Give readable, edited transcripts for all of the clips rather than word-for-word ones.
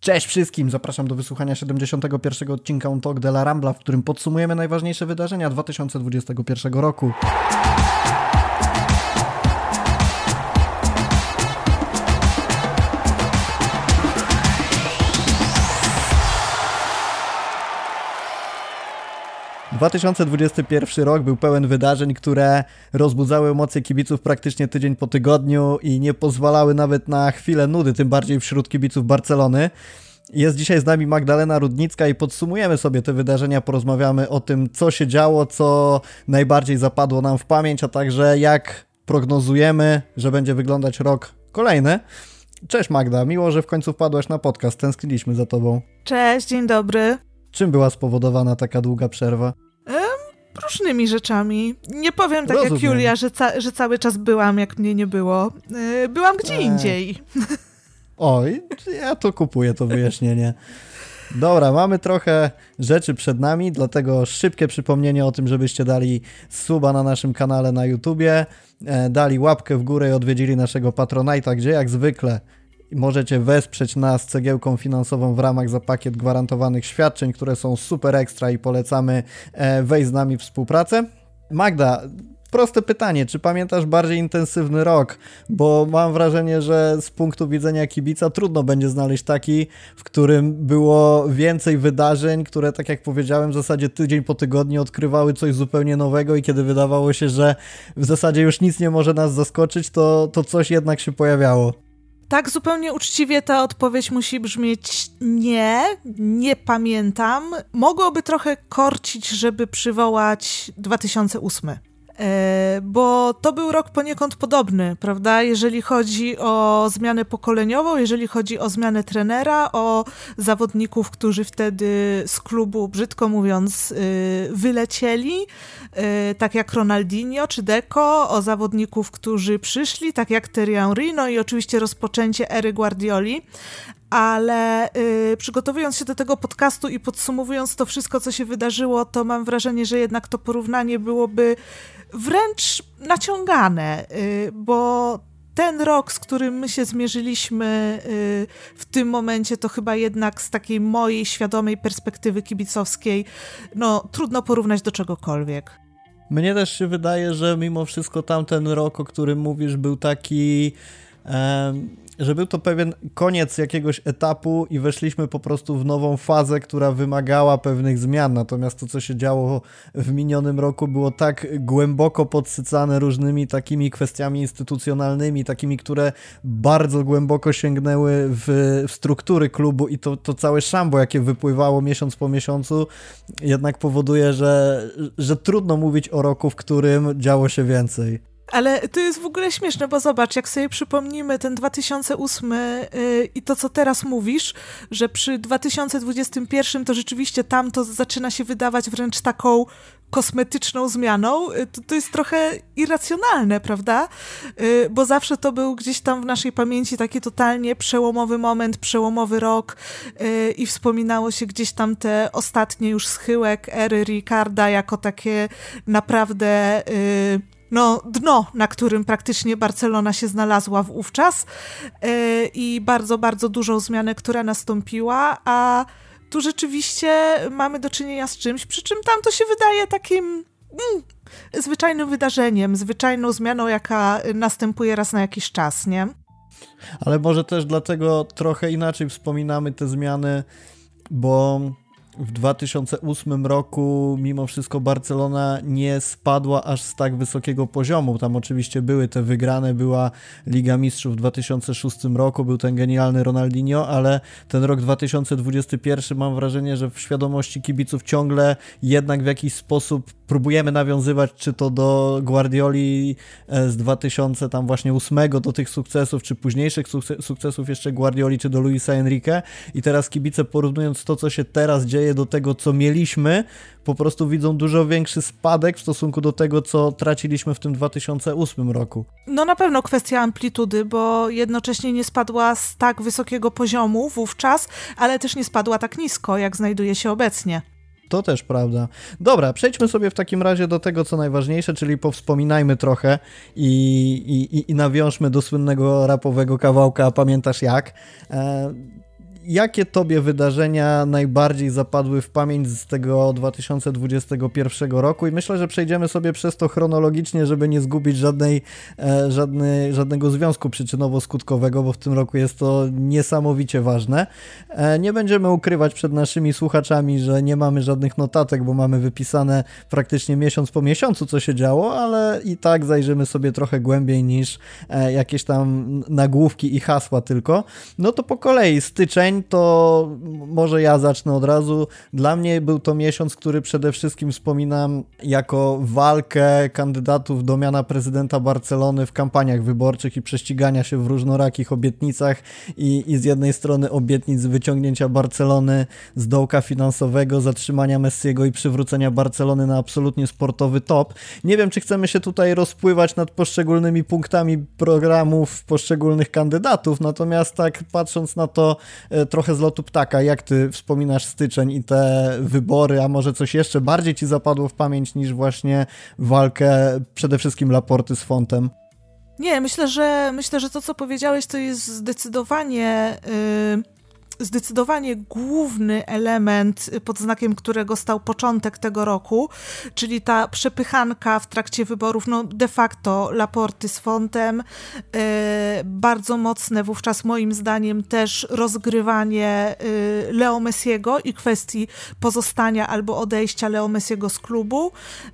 Cześć wszystkim, zapraszam do wysłuchania 71. odcinka Un Talk de la Rambla, w którym podsumujemy najważniejsze wydarzenia 2021 roku. – 2021 rok był pełen wydarzeń, które rozbudzały emocje kibiców praktycznie tydzień po tygodniu i nie pozwalały nawet na chwilę nudy, tym bardziej wśród kibiców Barcelony. Jest dzisiaj z nami Magdalena Rudnicka i podsumujemy sobie te wydarzenia, porozmawiamy o tym, co się działo, co najbardziej zapadło nam w pamięć, a także jak prognozujemy, że będzie wyglądać rok kolejny. Cześć Magda, miło, że w końcu wpadłaś na podcast, tęskniliśmy za tobą. Cześć, dzień dobry. Czym była spowodowana taka długa przerwa? Różnymi rzeczami. Nie powiem tak jak Julia, że cały czas byłam, jak mnie nie było. Byłam gdzie indziej. Oj, ja to kupuję, to wyjaśnienie. Dobra, mamy trochę rzeczy przed nami, dlatego szybkie przypomnienie o tym, żebyście dali suba na naszym kanale na YouTubie, dali łapkę w górę i odwiedzili naszego Patronite'a, gdzie jak zwykle możecie wesprzeć nas cegiełką finansową w ramach za pakiet gwarantowanych świadczeń, które są super ekstra i polecamy wejść z nami w współpracę. Magda, proste pytanie, czy pamiętasz bardziej intensywny rok? Bo mam wrażenie, że z punktu widzenia kibica trudno będzie znaleźć taki, w którym było więcej wydarzeń, które, tak jak powiedziałem, w zasadzie tydzień po tygodniu odkrywały coś zupełnie nowego i kiedy wydawało się, że w zasadzie już nic nie może nas zaskoczyć, to coś jednak się pojawiało. Tak, zupełnie uczciwie ta odpowiedź musi brzmieć nie pamiętam. Mogłoby trochę korcić, żeby przywołać 2008. Bo to był rok poniekąd podobny, prawda? Jeżeli chodzi o zmianę pokoleniową, jeżeli chodzi o zmianę trenera, o zawodników, którzy wtedy z klubu, brzydko mówiąc, wylecieli, tak jak Ronaldinho czy Deco, o zawodników, którzy przyszli, tak jak Thierry Henry, no i oczywiście rozpoczęcie ery Guardioli. Ale przygotowując się do tego podcastu i podsumowując to wszystko, co się wydarzyło, to mam wrażenie, że jednak to porównanie byłoby wręcz naciągane, bo ten rok, z którym my się zmierzyliśmy w tym momencie, to chyba jednak z takiej mojej świadomej perspektywy kibicowskiej, no trudno porównać do czegokolwiek. Mnie też się wydaje, że mimo wszystko tamten rok, o którym mówisz, był taki... że był to pewien koniec jakiegoś etapu i weszliśmy po prostu w nową fazę, która wymagała pewnych zmian. Natomiast to, co się działo w minionym roku, było tak głęboko podsycane różnymi takimi kwestiami instytucjonalnymi, takimi, które bardzo głęboko sięgnęły w struktury klubu i to całe szambo, jakie wypływało miesiąc po miesiącu, jednak powoduje, że trudno mówić o roku, w którym działo się więcej. Ale to jest w ogóle śmieszne, bo zobacz, jak sobie przypomnimy ten 2008 i to, co teraz mówisz, że przy 2021 to rzeczywiście tam to zaczyna się wydawać wręcz taką kosmetyczną zmianą, to jest trochę irracjonalne, prawda? Bo zawsze to był gdzieś tam w naszej pamięci taki totalnie przełomowy moment, przełomowy rok i wspominało się gdzieś tam te ostatnie już schyłek ery Ricarda jako takie naprawdę... dno, na którym praktycznie Barcelona się znalazła wówczas i bardzo, bardzo dużą zmianę, która nastąpiła, a tu rzeczywiście mamy do czynienia z czymś, przy czym tam to się wydaje takim zwyczajnym wydarzeniem, zwyczajną zmianą, jaka następuje raz na jakiś czas, nie? Ale może też dlatego trochę inaczej wspominamy te zmiany, bo... W 2008 roku mimo wszystko Barcelona nie spadła aż z tak wysokiego poziomu. Tam oczywiście były te wygrane, była Liga Mistrzów w 2006 roku, był ten genialny Ronaldinho, ale ten rok 2021 mam wrażenie, że w świadomości kibiców ciągle jednak w jakiś sposób próbujemy nawiązywać, czy to do Guardioli z 2008 do tych sukcesów, czy późniejszych sukcesów jeszcze Guardioli, czy do Luisa Enrique i teraz kibice porównując to, co się teraz dzieje do tego, co mieliśmy, po prostu widzą dużo większy spadek w stosunku do tego, co traciliśmy w tym 2008 roku. No na pewno kwestia amplitudy, bo jednocześnie nie spadła z tak wysokiego poziomu wówczas, ale też nie spadła tak nisko, jak znajduje się obecnie. To też prawda. Dobra, przejdźmy sobie w takim razie do tego, co najważniejsze, czyli powspominajmy trochę i nawiążmy do słynnego rapowego kawałka Pamiętasz jak? jakie tobie wydarzenia najbardziej zapadły w pamięć z tego 2021 roku? I myślę, że przejdziemy sobie przez to chronologicznie, żeby nie zgubić żadnego związku przyczynowo-skutkowego, bo w tym roku jest to niesamowicie ważne. Nie będziemy ukrywać przed naszymi słuchaczami, że nie mamy żadnych notatek, bo mamy wypisane praktycznie miesiąc po miesiącu, co się działo, ale i tak zajrzymy sobie trochę głębiej niż jakieś tam nagłówki i hasła tylko. No to po kolei styczeń, to może ja zacznę od razu. Dla mnie był to miesiąc, który przede wszystkim wspominam jako walkę kandydatów do miana prezydenta Barcelony w kampaniach wyborczych i prześcigania się w różnorakich obietnicach i z jednej strony obietnic wyciągnięcia Barcelony z dołka finansowego, zatrzymania Messiego i przywrócenia Barcelony na absolutnie sportowy top. Nie wiem, czy chcemy się tutaj rozpływać nad poszczególnymi punktami programów poszczególnych kandydatów, natomiast tak patrząc na to trochę z lotu ptaka, jak ty wspominasz styczeń i te wybory, a może coś jeszcze bardziej ci zapadło w pamięć niż właśnie walkę przede wszystkim Laporty z Fontem? Nie, myślę, że to, co powiedziałeś, to jest zdecydowanie główny element, pod znakiem którego stał początek tego roku, czyli ta przepychanka w trakcie wyborów, no de facto Laporty z Fontem, bardzo mocne wówczas moim zdaniem też rozgrywanie Leo Messiego i kwestii pozostania albo odejścia Leo Messiego z klubu,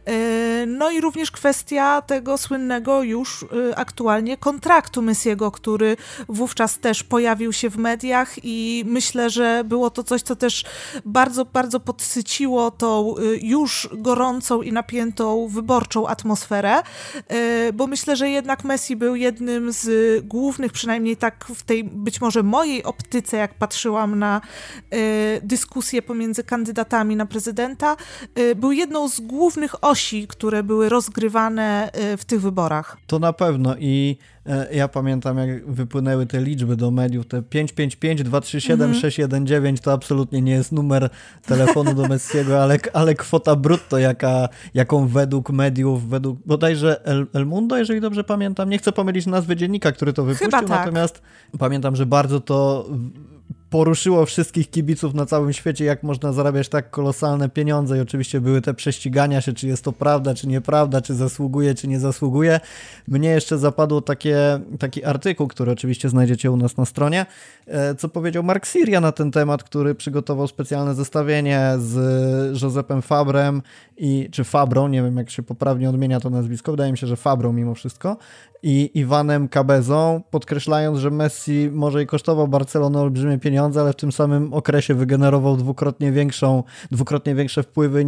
no i również kwestia tego słynnego już aktualnie kontraktu Messiego, który wówczas też pojawił się w mediach i myślę, że było to coś, co też bardzo, bardzo podsyciło tą już gorącą i napiętą wyborczą atmosferę, bo myślę, że jednak Messi był jednym z głównych, przynajmniej tak w tej być może mojej optyce, jak patrzyłam na dyskusję pomiędzy kandydatami na prezydenta, był jedną z głównych osi, które były rozgrywane w tych wyborach. To na pewno i ja pamiętam, jak wypłynęły te liczby do mediów, te 555 237 619 to absolutnie nie jest numer telefonu do Messiego, ale kwota brutto, jaką według mediów, według bodajże El Mundo, jeżeli dobrze pamiętam, nie chcę pomylić nazwy dziennika, który to wypuścił, tak. Natomiast pamiętam, że bardzo to poruszyło wszystkich kibiców na całym świecie, jak można zarabiać tak kolosalne pieniądze i oczywiście były te prześcigania się, czy jest to prawda, czy nieprawda, czy zasługuje, czy nie zasługuje. Mnie jeszcze zapadło taki artykuł, który oczywiście znajdziecie u nas na stronie, co powiedział Mark Siria na ten temat, który przygotował specjalne zestawienie z Josepem Fabrem czy Fabrą, nie wiem jak się poprawnie odmienia to nazwisko, wydaje mi się, że Fabrą mimo wszystko, i Iwanem Cabezą, podkreślając, że Messi może i kosztował Barcelonę olbrzymie pieniądze, ale w tym samym okresie wygenerował dwukrotnie większe wpływy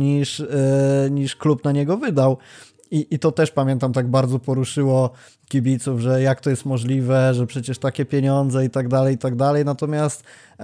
niż klub na niego wydał. I to też pamiętam tak bardzo poruszyło kibiców, że jak to jest możliwe, że przecież takie pieniądze i tak dalej. Natomiast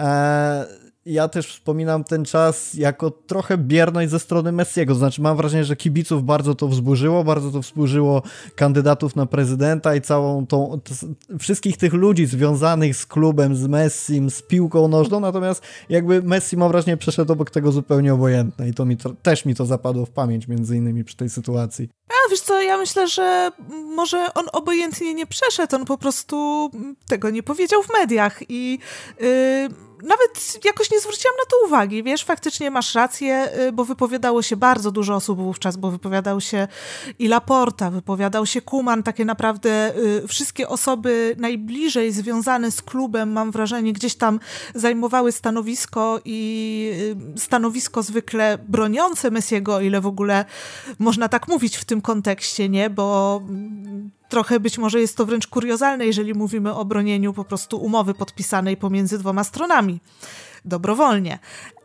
ja też wspominam ten czas jako trochę bierność ze strony Messiego. To znaczy mam wrażenie, że kibiców bardzo to wzburzyło kandydatów na prezydenta i całą wszystkich tych ludzi związanych z klubem, z Messim, z piłką nożną. Natomiast jakby Messi, mam wrażenie, przeszedł obok tego zupełnie obojętne i też mi to zapadło w pamięć między innymi przy tej sytuacji. A wiesz co, ja myślę, że może on obojętnie nie przeszedł, on po prostu tego nie powiedział w mediach i nawet jakoś nie zwróciłam na to uwagi, wiesz, faktycznie masz rację, bo wypowiadało się bardzo dużo osób wówczas, bo wypowiadał się i Laporta, wypowiadał się Koeman, takie naprawdę wszystkie osoby najbliżej związane z klubem, mam wrażenie, gdzieś tam zajmowały stanowisko i stanowisko zwykle broniące Messiego, o ile w ogóle można tak mówić w tym kontekście, nie, bo trochę być może jest to wręcz kuriozalne, jeżeli mówimy o bronieniu po prostu umowy podpisanej pomiędzy dwoma stronami. Dobrowolnie.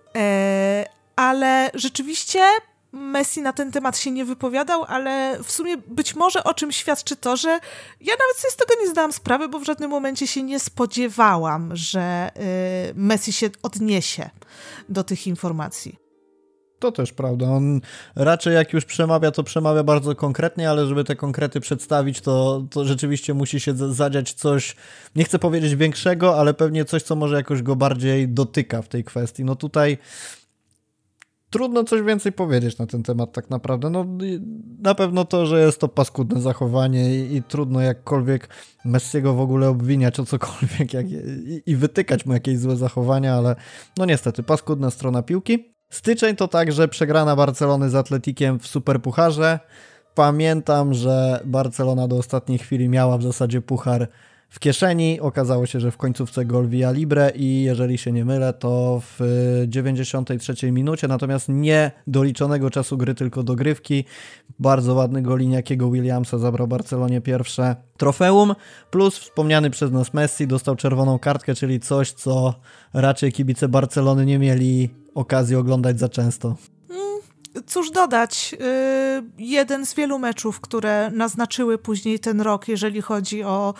Ale rzeczywiście Messi na ten temat się nie wypowiadał, ale w sumie być może o czym świadczy to, że ja nawet sobie z tego nie zdałam sprawy, bo w żadnym momencie się nie spodziewałam, że Messi się odniesie do tych informacji. To też prawda. On raczej jak już przemawia, to przemawia bardzo konkretnie, ale żeby te konkrety przedstawić, to rzeczywiście musi się zadziać coś, nie chcę powiedzieć większego, ale pewnie coś, co może jakoś go bardziej dotyka w tej kwestii. No tutaj trudno coś więcej powiedzieć na ten temat tak naprawdę. No, na pewno to, że jest to paskudne zachowanie i trudno jakkolwiek Messiego w ogóle obwiniać o cokolwiek i wytykać mu jakieś złe zachowania, ale no niestety, paskudna strona piłki. Styczeń to także przegrana Barcelony z Atletikiem w Superpucharze. Pamiętam, że Barcelona do ostatniej chwili miała w zasadzie puchar w kieszeni. Okazało się, że w końcówce gol Via Libre i jeżeli się nie mylę, to w 93 minucie, natomiast nie doliczonego czasu gry, tylko dogrywki. Bardzo ładny gol Iniakiego Williamsa zabrał Barcelonie pierwsze trofeum, plus wspomniany przez nas Messi dostał czerwoną kartkę, czyli coś, co raczej kibice Barcelony nie mieli okazji oglądać za często. Cóż dodać, jeden z wielu meczów, które naznaczyły później ten rok, jeżeli chodzi o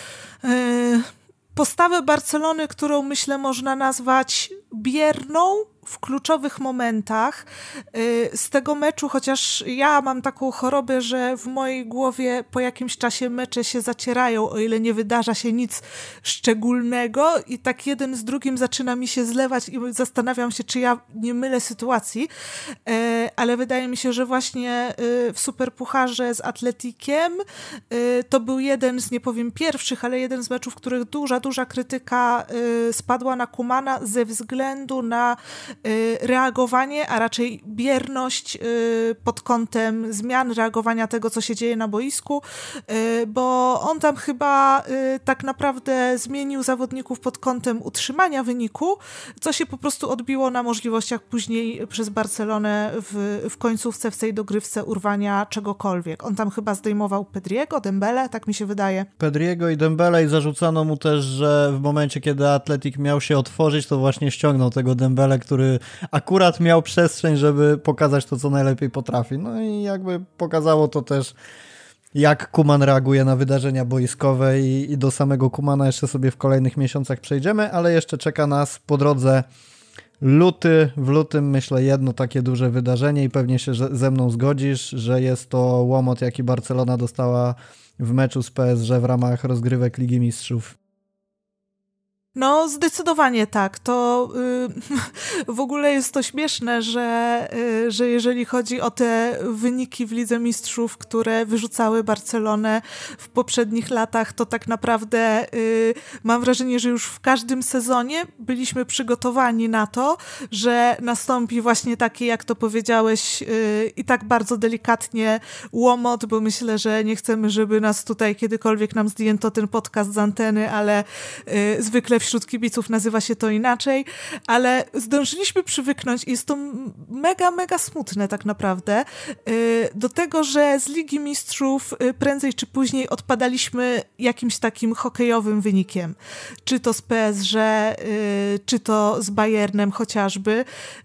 postawę Barcelony, którą myślę można nazwać bierną w kluczowych momentach. Z tego meczu, chociaż ja mam taką chorobę, że w mojej głowie po jakimś czasie mecze się zacierają, o ile nie wydarza się nic szczególnego i tak jeden z drugim zaczyna mi się zlewać i zastanawiam się, czy ja nie mylę sytuacji, ale wydaje mi się, że właśnie w Superpucharze z Atletikiem to był jeden z, nie powiem pierwszych, ale jeden z meczów, w których duża krytyka spadła na Koemana ze względu na reagowanie, a raczej bierność pod kątem zmian, reagowania tego, co się dzieje na boisku, bo on tam chyba tak naprawdę zmienił zawodników pod kątem utrzymania wyniku, co się po prostu odbiło na możliwościach później przez Barcelonę w końcówce, w tej dogrywce urwania czegokolwiek. On tam chyba zdejmował Pedriego, Dembele, tak mi się wydaje. Pedriego i Dembele i zarzucano mu też, że w momencie, kiedy Atletik miał się otworzyć, to właśnie ściągnął tego Dembele, który akurat miał przestrzeń, żeby pokazać to, co najlepiej potrafi. No i jakby pokazało to też, jak Koeman reaguje na wydarzenia boiskowe i do samego Koemana jeszcze sobie w kolejnych miesiącach przejdziemy, ale jeszcze czeka nas po drodze luty. W lutym myślę jedno takie duże wydarzenie i pewnie się ze mną zgodzisz, że jest to łomot, jaki Barcelona dostała w meczu z PSG w ramach rozgrywek Ligi Mistrzów. No, zdecydowanie tak. To w ogóle jest to śmieszne, że jeżeli chodzi o te wyniki w Lidze Mistrzów, które wyrzucały Barcelonę w poprzednich latach, to tak naprawdę mam wrażenie, że już w każdym sezonie byliśmy przygotowani na to, że nastąpi właśnie taki, jak to powiedziałeś, i tak bardzo delikatnie łomot, bo myślę, że nie chcemy, żeby nas tutaj kiedykolwiek nam zdjęto ten podcast z anteny, ale zwykle wśród kibiców nazywa się to inaczej, ale zdążyliśmy przywyknąć i jest to mega smutne tak naprawdę do tego, że z Ligi Mistrzów prędzej czy później odpadaliśmy jakimś takim hokejowym wynikiem. Czy to z PSG, czy to z Bayernem chociażby.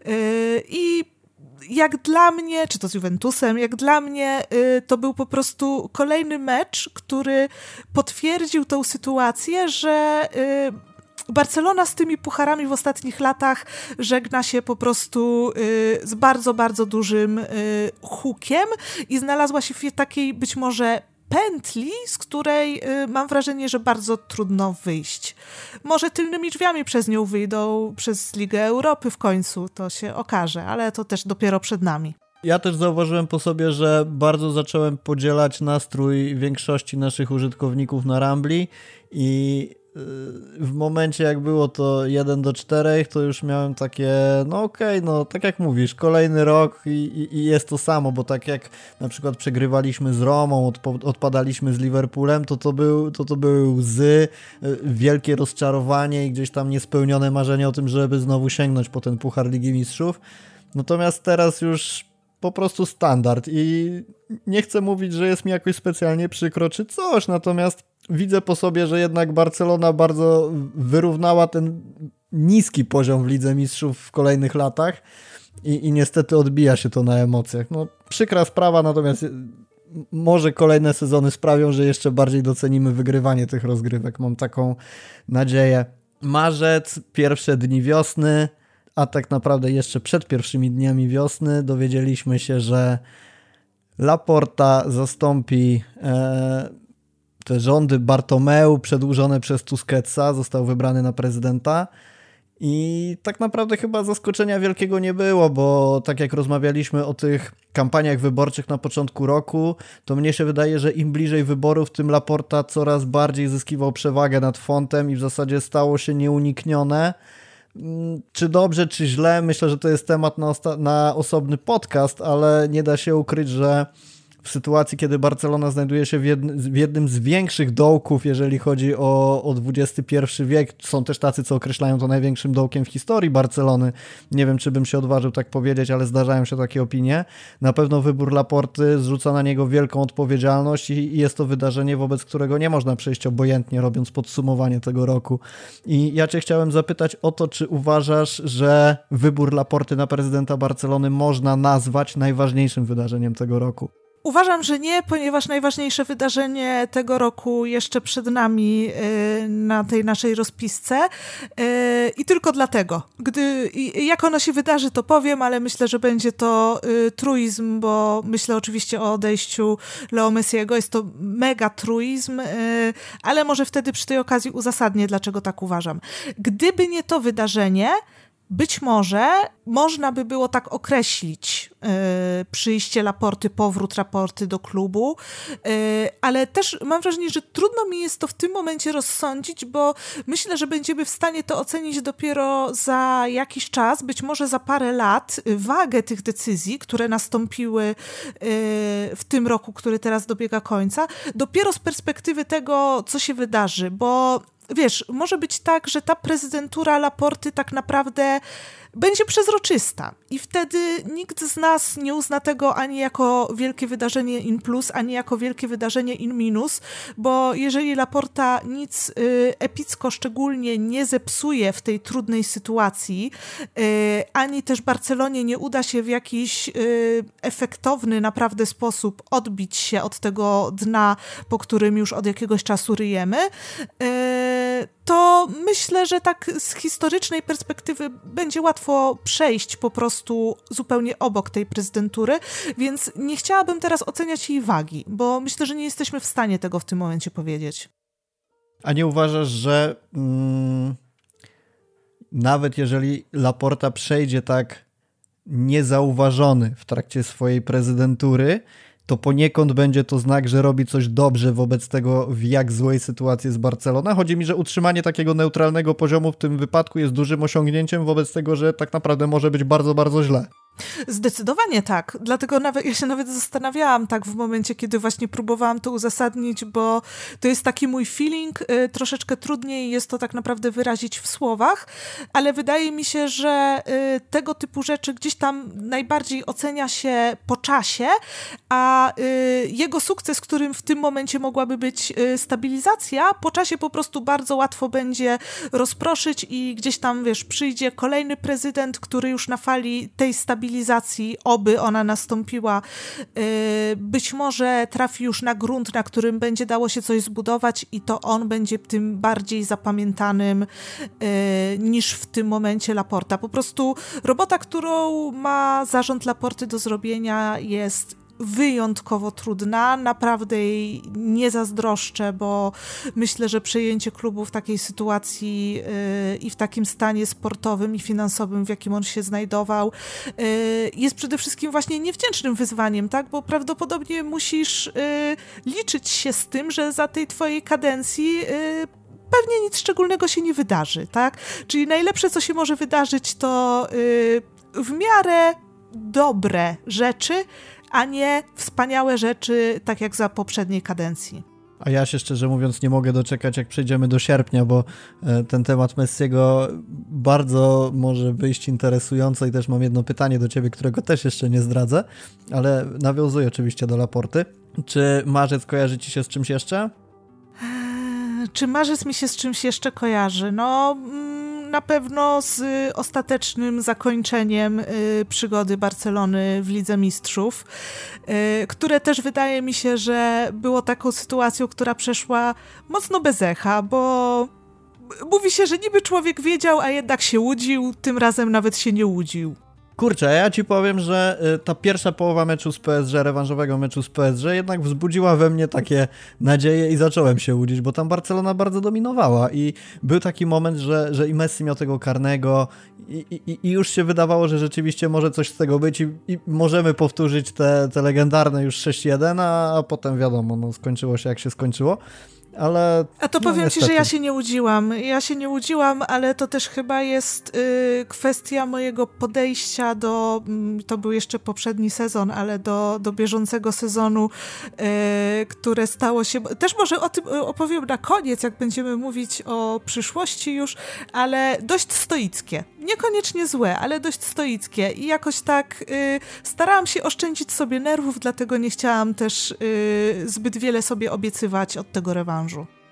I jak dla mnie, czy to z Juventusem, jak dla mnie to był po prostu kolejny mecz, który potwierdził tą sytuację, że Barcelona z tymi pucharami w ostatnich latach żegna się po prostu z bardzo dużym hukiem i znalazła się w takiej być może pętli, z której mam wrażenie, że bardzo trudno wyjść. Może tylnymi drzwiami przez nią wyjdą przez Ligę Europy w końcu, to się okaże, ale to też dopiero przed nami. Ja też zauważyłem po sobie, że bardzo zacząłem podzielać nastrój większości naszych użytkowników na Rambli i w momencie jak było to 1-4, to już miałem takie, no okej, no tak jak mówisz, kolejny rok i jest to samo, bo tak jak na przykład przegrywaliśmy z Romą, odpadaliśmy z Liverpoolem, to były łzy, wielkie rozczarowanie i gdzieś tam niespełnione marzenie o tym, żeby znowu sięgnąć po ten Puchar Ligi Mistrzów. Natomiast teraz już po prostu standard i nie chcę mówić, że jest mi jakoś specjalnie przykro czy coś, natomiast widzę po sobie, że jednak Barcelona bardzo wyrównała ten niski poziom w Lidze Mistrzów w kolejnych latach i niestety odbija się to na emocjach. No, przykra sprawa, natomiast może kolejne sezony sprawią, że jeszcze bardziej docenimy wygrywanie tych rozgrywek. Mam taką nadzieję. Marzec, pierwsze dni wiosny, a tak naprawdę jeszcze przed pierwszymi dniami wiosny dowiedzieliśmy się, że Laporta zastąpi te rządy Bartomeu przedłużone przez Tusquetsa, został wybrany na prezydenta I tak naprawdę chyba zaskoczenia wielkiego nie było, bo tak jak rozmawialiśmy o tych kampaniach wyborczych na początku roku, to mnie się wydaje, że im bliżej wyborów, tym Laporta coraz bardziej zyskiwał przewagę nad Fontem i w zasadzie stało się nieuniknione. Czy dobrze, czy źle, myślę, że to jest temat na osobny podcast, ale nie da się ukryć, że w sytuacji, kiedy Barcelona znajduje się w jednym z większych dołków, jeżeli chodzi o XXI wiek, są też tacy, co określają to największym dołkiem w historii Barcelony. Nie wiem, czy bym się odważył tak powiedzieć, ale zdarzają się takie opinie. Na pewno wybór Laporty zrzuca na niego wielką odpowiedzialność i jest to wydarzenie, wobec którego nie można przejść obojętnie, robiąc podsumowanie tego roku. I ja cię chciałem zapytać o to, czy uważasz, że wybór Laporty na prezydenta Barcelony można nazwać najważniejszym wydarzeniem tego roku? Uważam, że nie, ponieważ najważniejsze wydarzenie tego roku jeszcze przed nami na tej naszej rozpisce i tylko dlatego. Jak ono się wydarzy, to powiem, ale myślę, że będzie to truizm, bo myślę oczywiście o odejściu Leo Messiego. Jest to mega truizm, ale może wtedy przy tej okazji uzasadnię, dlaczego tak uważam. Gdyby nie to wydarzenie, być może można by było tak określić przyjście Laporty, powrót Laporty do klubu, ale też mam wrażenie, że trudno mi jest to w tym momencie rozsądzić, bo myślę, że będziemy w stanie to ocenić dopiero za jakiś czas, być może za parę lat, wagę tych decyzji, które nastąpiły w tym roku, który teraz dobiega końca, dopiero z perspektywy tego, co się wydarzy, bo wiesz, może być tak, że ta prezydentura Laporty tak naprawdę będzie przezroczysta i wtedy nikt z nas nie uzna tego ani jako wielkie wydarzenie in plus, ani jako wielkie wydarzenie in minus, bo jeżeli Laporta nic epicko szczególnie nie zepsuje w tej trudnej sytuacji, ani też Barcelonie nie uda się w jakiś efektowny naprawdę sposób odbić się od tego dna, po którym już od jakiegoś czasu ryjemy, to myślę, że tak z historycznej perspektywy będzie łatwo przejść po prostu zupełnie obok tej prezydentury, więc nie chciałabym teraz oceniać jej wagi, bo myślę, że nie jesteśmy w stanie tego w tym momencie powiedzieć. A nie uważasz, że nawet jeżeli Laporta przejdzie tak niezauważony w trakcie swojej prezydentury, to poniekąd będzie to znak, że robi coś dobrze wobec tego, w jak złej sytuacji jest Barcelona. Chodzi mi, że utrzymanie takiego neutralnego poziomu w tym wypadku jest dużym osiągnięciem wobec tego, że tak naprawdę może być bardzo, bardzo źle. Zdecydowanie tak, dlatego ja się nawet zastanawiałam tak w momencie, kiedy właśnie próbowałam to uzasadnić, bo to jest taki mój feeling, troszeczkę trudniej jest to tak naprawdę wyrazić w słowach, ale wydaje mi się, że tego typu rzeczy gdzieś tam najbardziej ocenia się po czasie, a jego sukces, którym w tym momencie mogłaby być stabilizacja, po czasie po prostu bardzo łatwo będzie rozproszyć i gdzieś tam, wiesz, przyjdzie kolejny prezydent, który już na fali tej stabilizacji, oby ona nastąpiła, być może trafi już na grunt, na którym będzie dało się coś zbudować i to on będzie tym bardziej zapamiętanym niż w tym momencie Laporta. Po prostu robota, którą ma zarząd Laporty do zrobienia, jest wyjątkowo trudna, naprawdę jej nie zazdroszczę, bo myślę, że przejęcie klubu w takiej sytuacji i w takim stanie sportowym i finansowym, w jakim on się znajdował, jest przede wszystkim właśnie niewdzięcznym wyzwaniem, tak? Bo prawdopodobnie musisz liczyć się z tym, że za tej twojej kadencji pewnie nic szczególnego się nie wydarzy, tak? Czyli najlepsze, co się może wydarzyć, to w miarę dobre rzeczy, a nie wspaniałe rzeczy, tak jak za poprzedniej kadencji. A ja się szczerze mówiąc nie mogę doczekać, jak przejdziemy do sierpnia, bo ten temat Messiego bardzo może wyjść interesująco i też mam jedno pytanie do ciebie, którego też jeszcze nie zdradzę, ale nawiązuję oczywiście do Laporty. Czy marzec kojarzy ci się z czymś jeszcze? Czy marzec mi się z czymś jeszcze kojarzy? No, na pewno z ostatecznym zakończeniem przygody Barcelony w Lidze Mistrzów, które też wydaje mi się, że było taką sytuacją, która przeszła mocno bez echa, bo mówi się, że niby człowiek wiedział, a jednak się łudził, tym razem nawet się nie łudził. Kurczę, ja ci powiem, że ta pierwsza połowa meczu z PSG, rewanżowego meczu z PSG, jednak wzbudziła we mnie takie nadzieje i zacząłem się łudzić, bo tam Barcelona bardzo dominowała i był taki moment, że i Messi miał tego karnego i już się wydawało, że rzeczywiście może coś z tego być i możemy powtórzyć te legendarne już 6-1, a potem wiadomo, no skończyło się jak się skończyło. Ale, a to powiem niestety. ci, że ja się nie łudziłam. Ja się nie łudziłam, ale to też chyba jest kwestia mojego podejścia to był jeszcze poprzedni sezon, ale do bieżącego sezonu, które stało się... Też może o tym opowiem na koniec, jak będziemy mówić o przyszłości już, ale dość stoickie. Niekoniecznie złe, ale dość stoickie. I jakoś tak starałam się oszczędzić sobie nerwów, dlatego nie chciałam też zbyt wiele sobie obiecywać od tego rewanżu.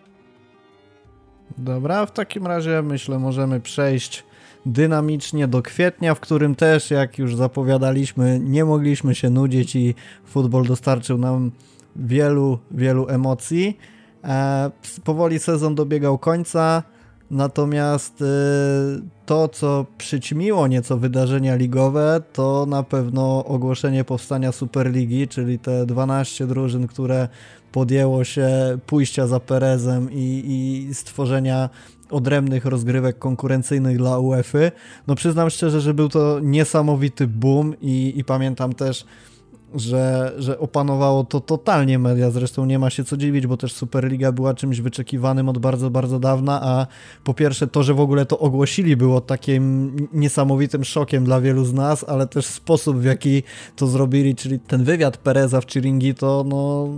Dobra, w takim razie myślę, możemy przejść dynamicznie do kwietnia, w którym też, jak już zapowiadaliśmy, nie mogliśmy się nudzić i futbol dostarczył nam wielu emocji. Powoli sezon dobiegał końca, natomiast to, co przyćmiło nieco wydarzenia ligowe, to na pewno ogłoszenie powstania Superligi, czyli te 12 drużyn, które podjęło się pójścia za Perezem i stworzenia odrębnych rozgrywek konkurencyjnych dla UEFA. No przyznam szczerze, że był to niesamowity boom i pamiętam też, że opanowało to totalnie media, zresztą nie ma się co dziwić, bo też Superliga była czymś wyczekiwanym od bardzo, bardzo dawna, a po pierwsze to, że w ogóle to ogłosili, było takim niesamowitym szokiem dla wielu z nas, ale też sposób, w jaki to zrobili, czyli ten wywiad Pereza w Chiringuito, no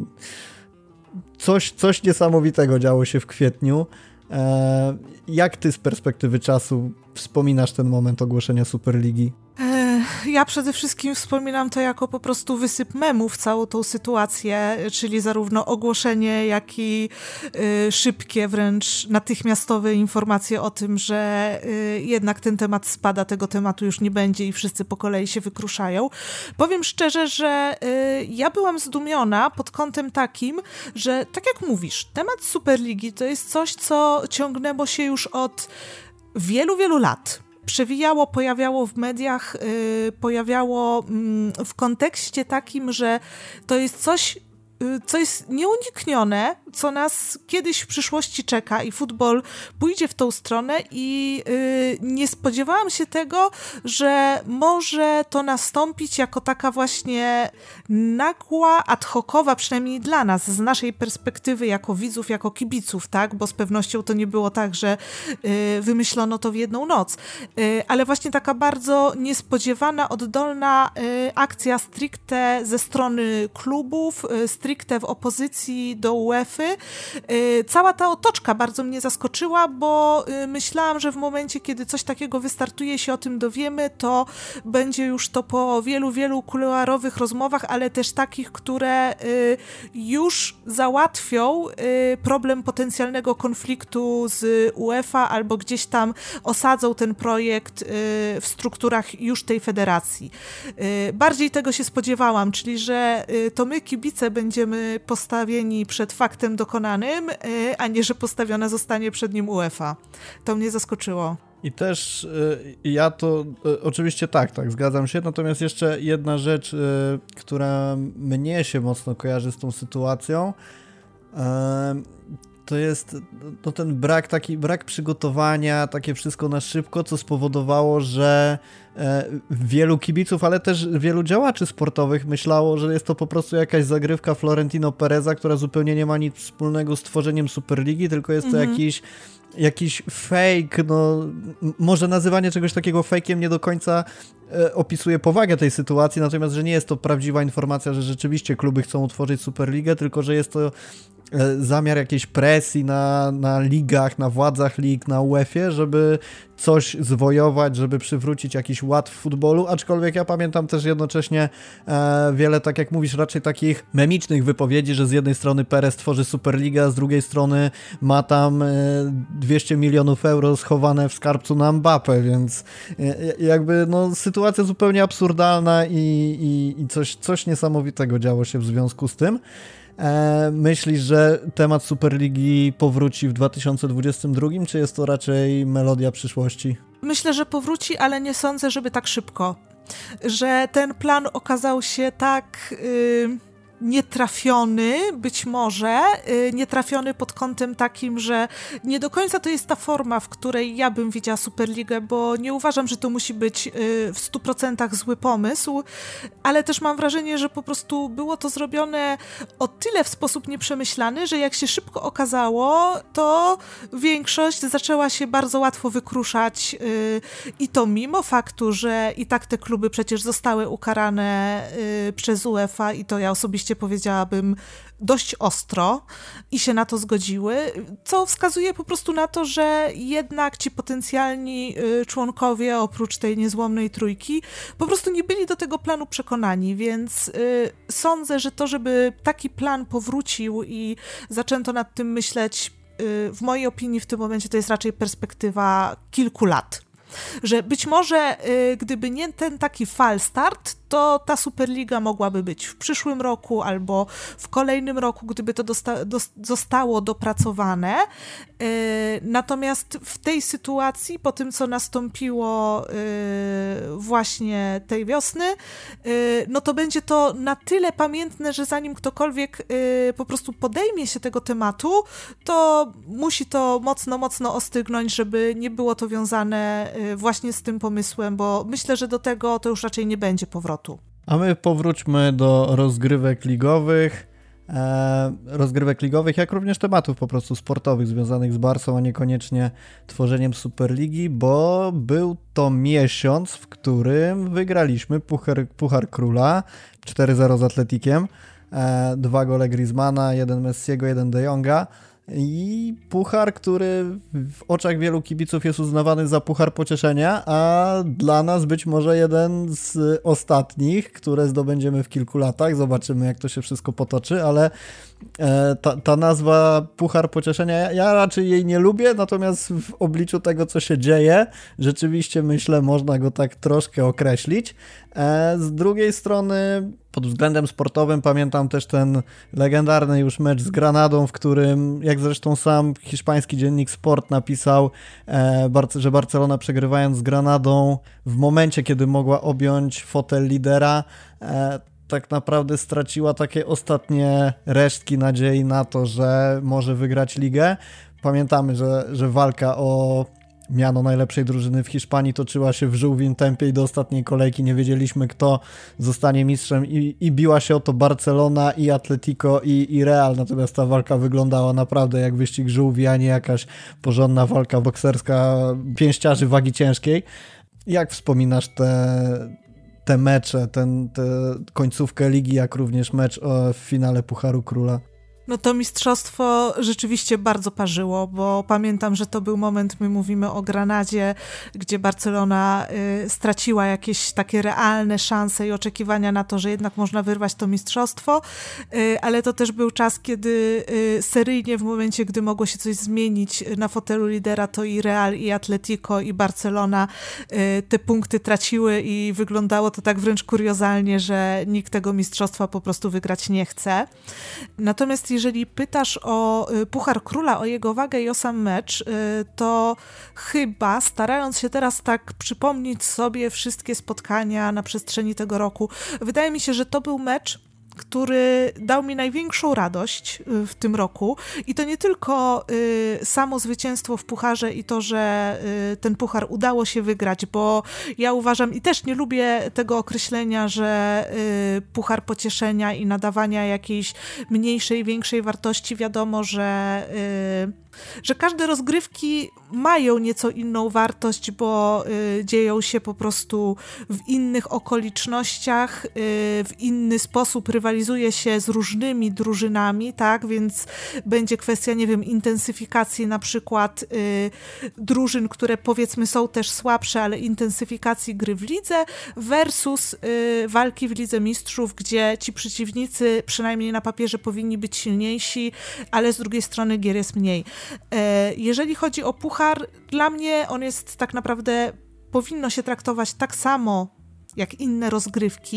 coś niesamowitego działo się w kwietniu. Jak ty z perspektywy czasu wspominasz ten moment ogłoszenia Superligi? Ja przede wszystkim wspominam to jako po prostu wysyp memów, całą tą sytuację, czyli zarówno ogłoszenie, jak i szybkie, wręcz natychmiastowe informacje o tym, że jednak ten temat spada, tego tematu już nie będzie i wszyscy po kolei się wykruszają. Powiem szczerze, że ja byłam zdumiona pod kątem takim, że tak jak mówisz, temat Superligi to jest coś, co ciągnęło się już od wielu lat. Przewijało, pojawiało w mediach, pojawiało w kontekście takim, że to jest coś, co jest nieuniknione, co nas kiedyś w przyszłości czeka i futbol pójdzie w tą stronę i nie spodziewałam się tego, że może to nastąpić jako taka właśnie nagła, ad hocowa, przynajmniej dla nas, z naszej perspektywy jako widzów, jako kibiców, tak? Bo z pewnością to nie było tak, że wymyślono to w jedną noc. Ale właśnie taka bardzo niespodziewana, oddolna akcja stricte ze strony klubów, stricte w opozycji do UEFA. Cała ta otoczka bardzo mnie zaskoczyła, bo myślałam, że w momencie, kiedy coś takiego wystartuje, się o tym dowiemy, to będzie już to po wielu kuluarowych rozmowach, ale też takich, które już załatwią problem potencjalnego konfliktu z UEFA albo gdzieś tam osadzą ten projekt w strukturach już tej federacji. Bardziej tego się spodziewałam, czyli że to my, kibice, będziemy postawieni przed faktem dokonanym, a nie, że postawiona zostanie przed nim UEFA. To mnie zaskoczyło. I też ja to oczywiście tak, zgadzam się, natomiast jeszcze jedna rzecz, która mnie się mocno kojarzy z tą sytuacją, to jest ten brak przygotowania, takie wszystko na szybko, co spowodowało, że wielu kibiców, ale też wielu działaczy sportowych myślało, że jest to po prostu jakaś zagrywka Florentino Pereza, która zupełnie nie ma nic wspólnego z tworzeniem Superligi, tylko jest to jakiś fake, no może nazywanie czegoś takiego fejkiem nie do końca opisuje powagę tej sytuacji, natomiast, że nie jest to prawdziwa informacja, że rzeczywiście kluby chcą utworzyć Superligę, tylko że jest to zamiar jakiejś presji na ligach, na władzach lig, na UEFA, żeby coś zwojować, żeby przywrócić jakiś ład w futbolu, aczkolwiek ja pamiętam też jednocześnie wiele, tak jak mówisz, raczej takich memicznych wypowiedzi, że z jednej strony Perez tworzy Superligę, a z drugiej strony ma tam 200 milionów euro schowane w skarbcu na Mbappé, więc jakby no sytuacja zupełnie absurdalna i coś niesamowitego działo się w związku z tym. Myślisz, że temat Superligi powróci w 2022, czy jest to raczej melodia przyszłości? Myślę, że powróci, ale nie sądzę, żeby tak szybko. że ten plan okazał się tak nietrafiony, być może, nietrafiony pod kątem takim, że nie do końca to jest ta forma, w której ja bym widziała Superligę, bo nie uważam, że to musi być w 100% zły pomysł, ale też mam wrażenie, że po prostu było to zrobione o tyle w sposób nieprzemyślany, że jak się szybko okazało, to większość zaczęła się bardzo łatwo wykruszać i to mimo faktu, że i tak te kluby przecież zostały ukarane przez UEFA i to ja osobiście powiedziałabym dość ostro i się na to zgodziły, co wskazuje po prostu na to, że jednak ci potencjalni członkowie oprócz tej niezłomnej trójki po prostu nie byli do tego planu przekonani, więc sądzę, że to, żeby taki plan powrócił i zaczęto nad tym myśleć, w mojej opinii w tym momencie to jest raczej perspektywa kilku lat. Że być może gdyby nie ten taki falstart, to ta Superliga mogłaby być w przyszłym roku albo w kolejnym roku, gdyby to zostało dopracowane. Natomiast w tej sytuacji, po tym co nastąpiło właśnie tej wiosny, no to będzie to na tyle pamiętne, że zanim ktokolwiek po prostu podejmie się tego tematu, to musi to mocno ostygnąć, żeby nie było to wiązane właśnie z tym pomysłem, bo myślę, że do tego to już raczej nie będzie powrotu. A my powróćmy do rozgrywek ligowych, jak również tematów po prostu sportowych związanych z Barcą, a niekoniecznie tworzeniem Superligi, bo był to miesiąc, w którym wygraliśmy Puchar Króla 4-0 z Atletikiem, 2 gole Griezmana, 1 Messiego, 1 De Jonga. I puchar, który w oczach wielu kibiców jest uznawany za puchar pocieszenia, a dla nas być może jeden z ostatnich, które zdobędziemy w kilku latach. Zobaczymy, jak to się wszystko potoczy, ale ta nazwa puchar pocieszenia, ja raczej jej nie lubię, natomiast w obliczu tego, co się dzieje, rzeczywiście myślę, można go tak troszkę określić. Z drugiej strony pod względem sportowym pamiętam też ten legendarny już mecz z Granadą, w którym, jak zresztą sam hiszpański dziennik Sport napisał, że Barcelona przegrywając z Granadą w momencie, kiedy mogła objąć fotel lidera, tak naprawdę straciła takie ostatnie resztki nadziei na to, że może wygrać ligę. Pamiętamy, że walka o miano najlepszej drużyny w Hiszpanii toczyła się w żółwim tempie i do ostatniej kolejki nie wiedzieliśmy, kto zostanie mistrzem i biła się o to Barcelona i Atletico i Real, natomiast ta walka wyglądała naprawdę jak wyścig żółwi, a nie jakaś porządna walka bokserska pięściarzy wagi ciężkiej. Jak wspominasz te mecze, tę końcówkę ligi, jak również mecz w finale Pucharu Króla? No to mistrzostwo rzeczywiście bardzo parzyło, bo pamiętam, że to był moment, my mówimy o Granadzie, gdzie Barcelona straciła jakieś takie realne szanse i oczekiwania na to, że jednak można wyrwać to mistrzostwo, ale to też był czas, kiedy seryjnie w momencie, gdy mogło się coś zmienić na fotelu lidera, to i Real, i Atletico, i Barcelona te punkty traciły i wyglądało to tak wręcz kuriozalnie, że nikt tego mistrzostwa po prostu wygrać nie chce. Natomiast jeżeli pytasz o Puchar Króla, o jego wagę i o sam mecz, to chyba, starając się teraz tak przypomnieć sobie wszystkie spotkania na przestrzeni tego roku, wydaje mi się, że to był mecz, który dał mi największą radość w tym roku i to nie tylko samo zwycięstwo w pucharze i to, że ten puchar udało się wygrać, bo ja uważam i też nie lubię tego określenia, że puchar pocieszenia i nadawania jakiejś mniejszej, większej wartości. Wiadomo, że każde rozgrywki mają nieco inną wartość, bo dzieją się po prostu w innych okolicznościach, w inny sposób rywalizuje się z różnymi drużynami, tak, więc będzie kwestia, nie wiem, intensyfikacji na przykład drużyn, które powiedzmy są też słabsze, ale intensyfikacji gry w lidze versus walki w Lidze Mistrzów, gdzie ci przeciwnicy przynajmniej na papierze powinni być silniejsi, ale z drugiej strony gier jest mniej. Jeżeli chodzi o puchar, dla mnie on jest tak naprawdę, powinno się traktować tak samo jak inne rozgrywki,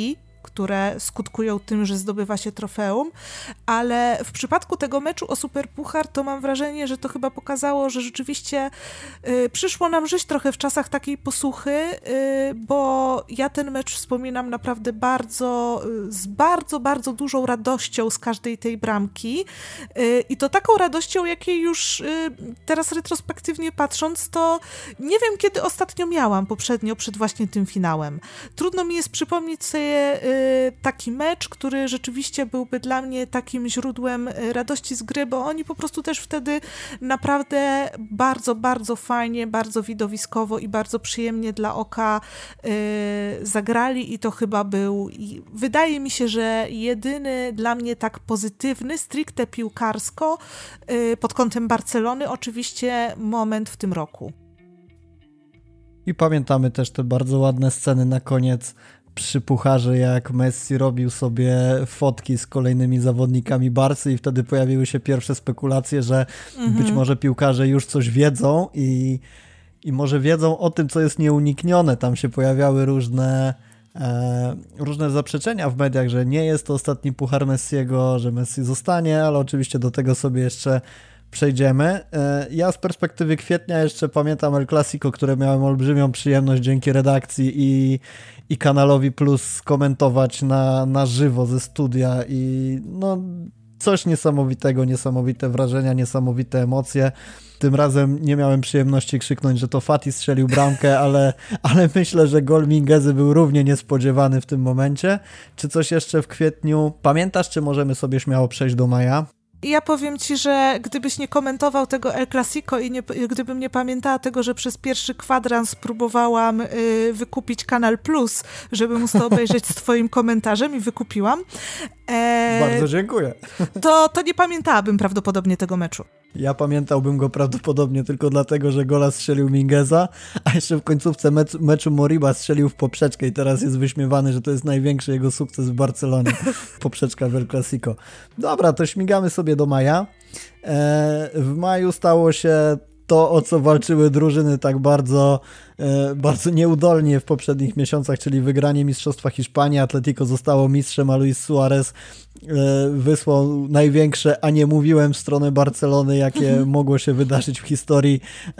które skutkują tym, że zdobywa się trofeum, ale w przypadku tego meczu o Superpuchar to mam wrażenie, że to chyba pokazało, że rzeczywiście przyszło nam żyć trochę w czasach takiej posuchy, bo ja ten mecz wspominam naprawdę z bardzo dużą radością z każdej tej bramki i to taką radością, jakiej już teraz retrospektywnie patrząc, to nie wiem, kiedy ostatnio miałam poprzednio przed właśnie tym finałem. Trudno mi jest przypomnieć sobie taki mecz, który rzeczywiście byłby dla mnie takim źródłem radości z gry, bo oni po prostu też wtedy naprawdę bardzo fajnie, bardzo widowiskowo i bardzo przyjemnie dla oka zagrali i to chyba był, wydaje mi się, że jedyny dla mnie tak pozytywny, stricte piłkarsko pod kątem Barcelony oczywiście moment w tym roku. I pamiętamy też te bardzo ładne sceny na koniec przy pucharze, jak Messi robił sobie fotki z kolejnymi zawodnikami Barcy i wtedy pojawiły się pierwsze spekulacje, że być może piłkarze już coś wiedzą i może wiedzą o tym, co jest nieuniknione. Tam się pojawiały różne zaprzeczenia w mediach, że nie jest to ostatni puchar Messiego, że Messi zostanie, ale oczywiście do tego sobie jeszcze przejdziemy. Ja z perspektywy kwietnia jeszcze pamiętam El Clasico, które miałem olbrzymią przyjemność dzięki redakcji i kanalowi Plus skomentować na żywo ze studia i no coś niesamowitego, niesamowite wrażenia, niesamowite emocje. Tym razem nie miałem przyjemności krzyknąć, że to Fati strzelił bramkę, ale myślę, że gol Minguezy był równie niespodziewany w tym momencie. Czy coś jeszcze w kwietniu pamiętasz, czy możemy sobie śmiało przejść do maja? Ja powiem ci, że gdybyś nie komentował tego El Clasico i gdybym nie pamiętała tego, że przez pierwszy kwadrans próbowałam wykupić Kanal Plus, żeby móc to obejrzeć z twoim komentarzem i wykupiłam. Bardzo dziękuję. To nie pamiętałabym prawdopodobnie tego meczu. Ja pamiętałbym go prawdopodobnie tylko dlatego, że gola strzelił Mingueza, a jeszcze w końcówce meczu Moriba strzelił w poprzeczkę i teraz jest wyśmiewany, że to jest największy jego sukces w Barcelonie. Poprzeczka w El Clasico. Dobra, to śmigamy sobie do maja. W maju stało się to, o co walczyły drużyny tak bardzo nieudolnie w poprzednich miesiącach, czyli wygranie Mistrzostwa Hiszpanii. Atletico zostało mistrzem, a Luis Suarez wysłał największe, a nie mówiłem, w stronę Barcelony, jakie mogło się wydarzyć w historii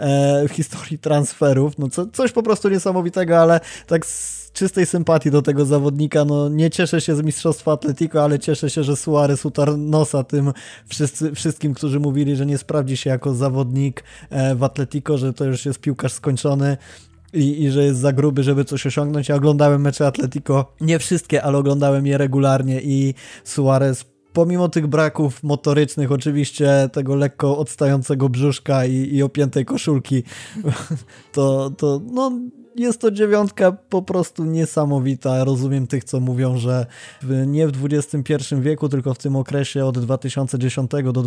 transferów. No coś po prostu niesamowitego, ale tak z czystej sympatii do tego zawodnika, no nie cieszę się z mistrzostwa Atletico, ale cieszę się, że Suarez utarł nosa tym wszystkim, którzy mówili, że nie sprawdzi się jako zawodnik w Atletico, że to już jest piłkarz skończony i że jest za gruby, żeby coś osiągnąć. Ja oglądałem mecze Atletico, nie wszystkie, ale oglądałem je regularnie i Suarez pomimo tych braków motorycznych, oczywiście tego lekko odstającego brzuszka i opiętej koszulki, to no jest to dziewiątka po prostu niesamowita. Rozumiem tych, co mówią, że nie w XXI wieku, tylko w tym okresie od 2010 do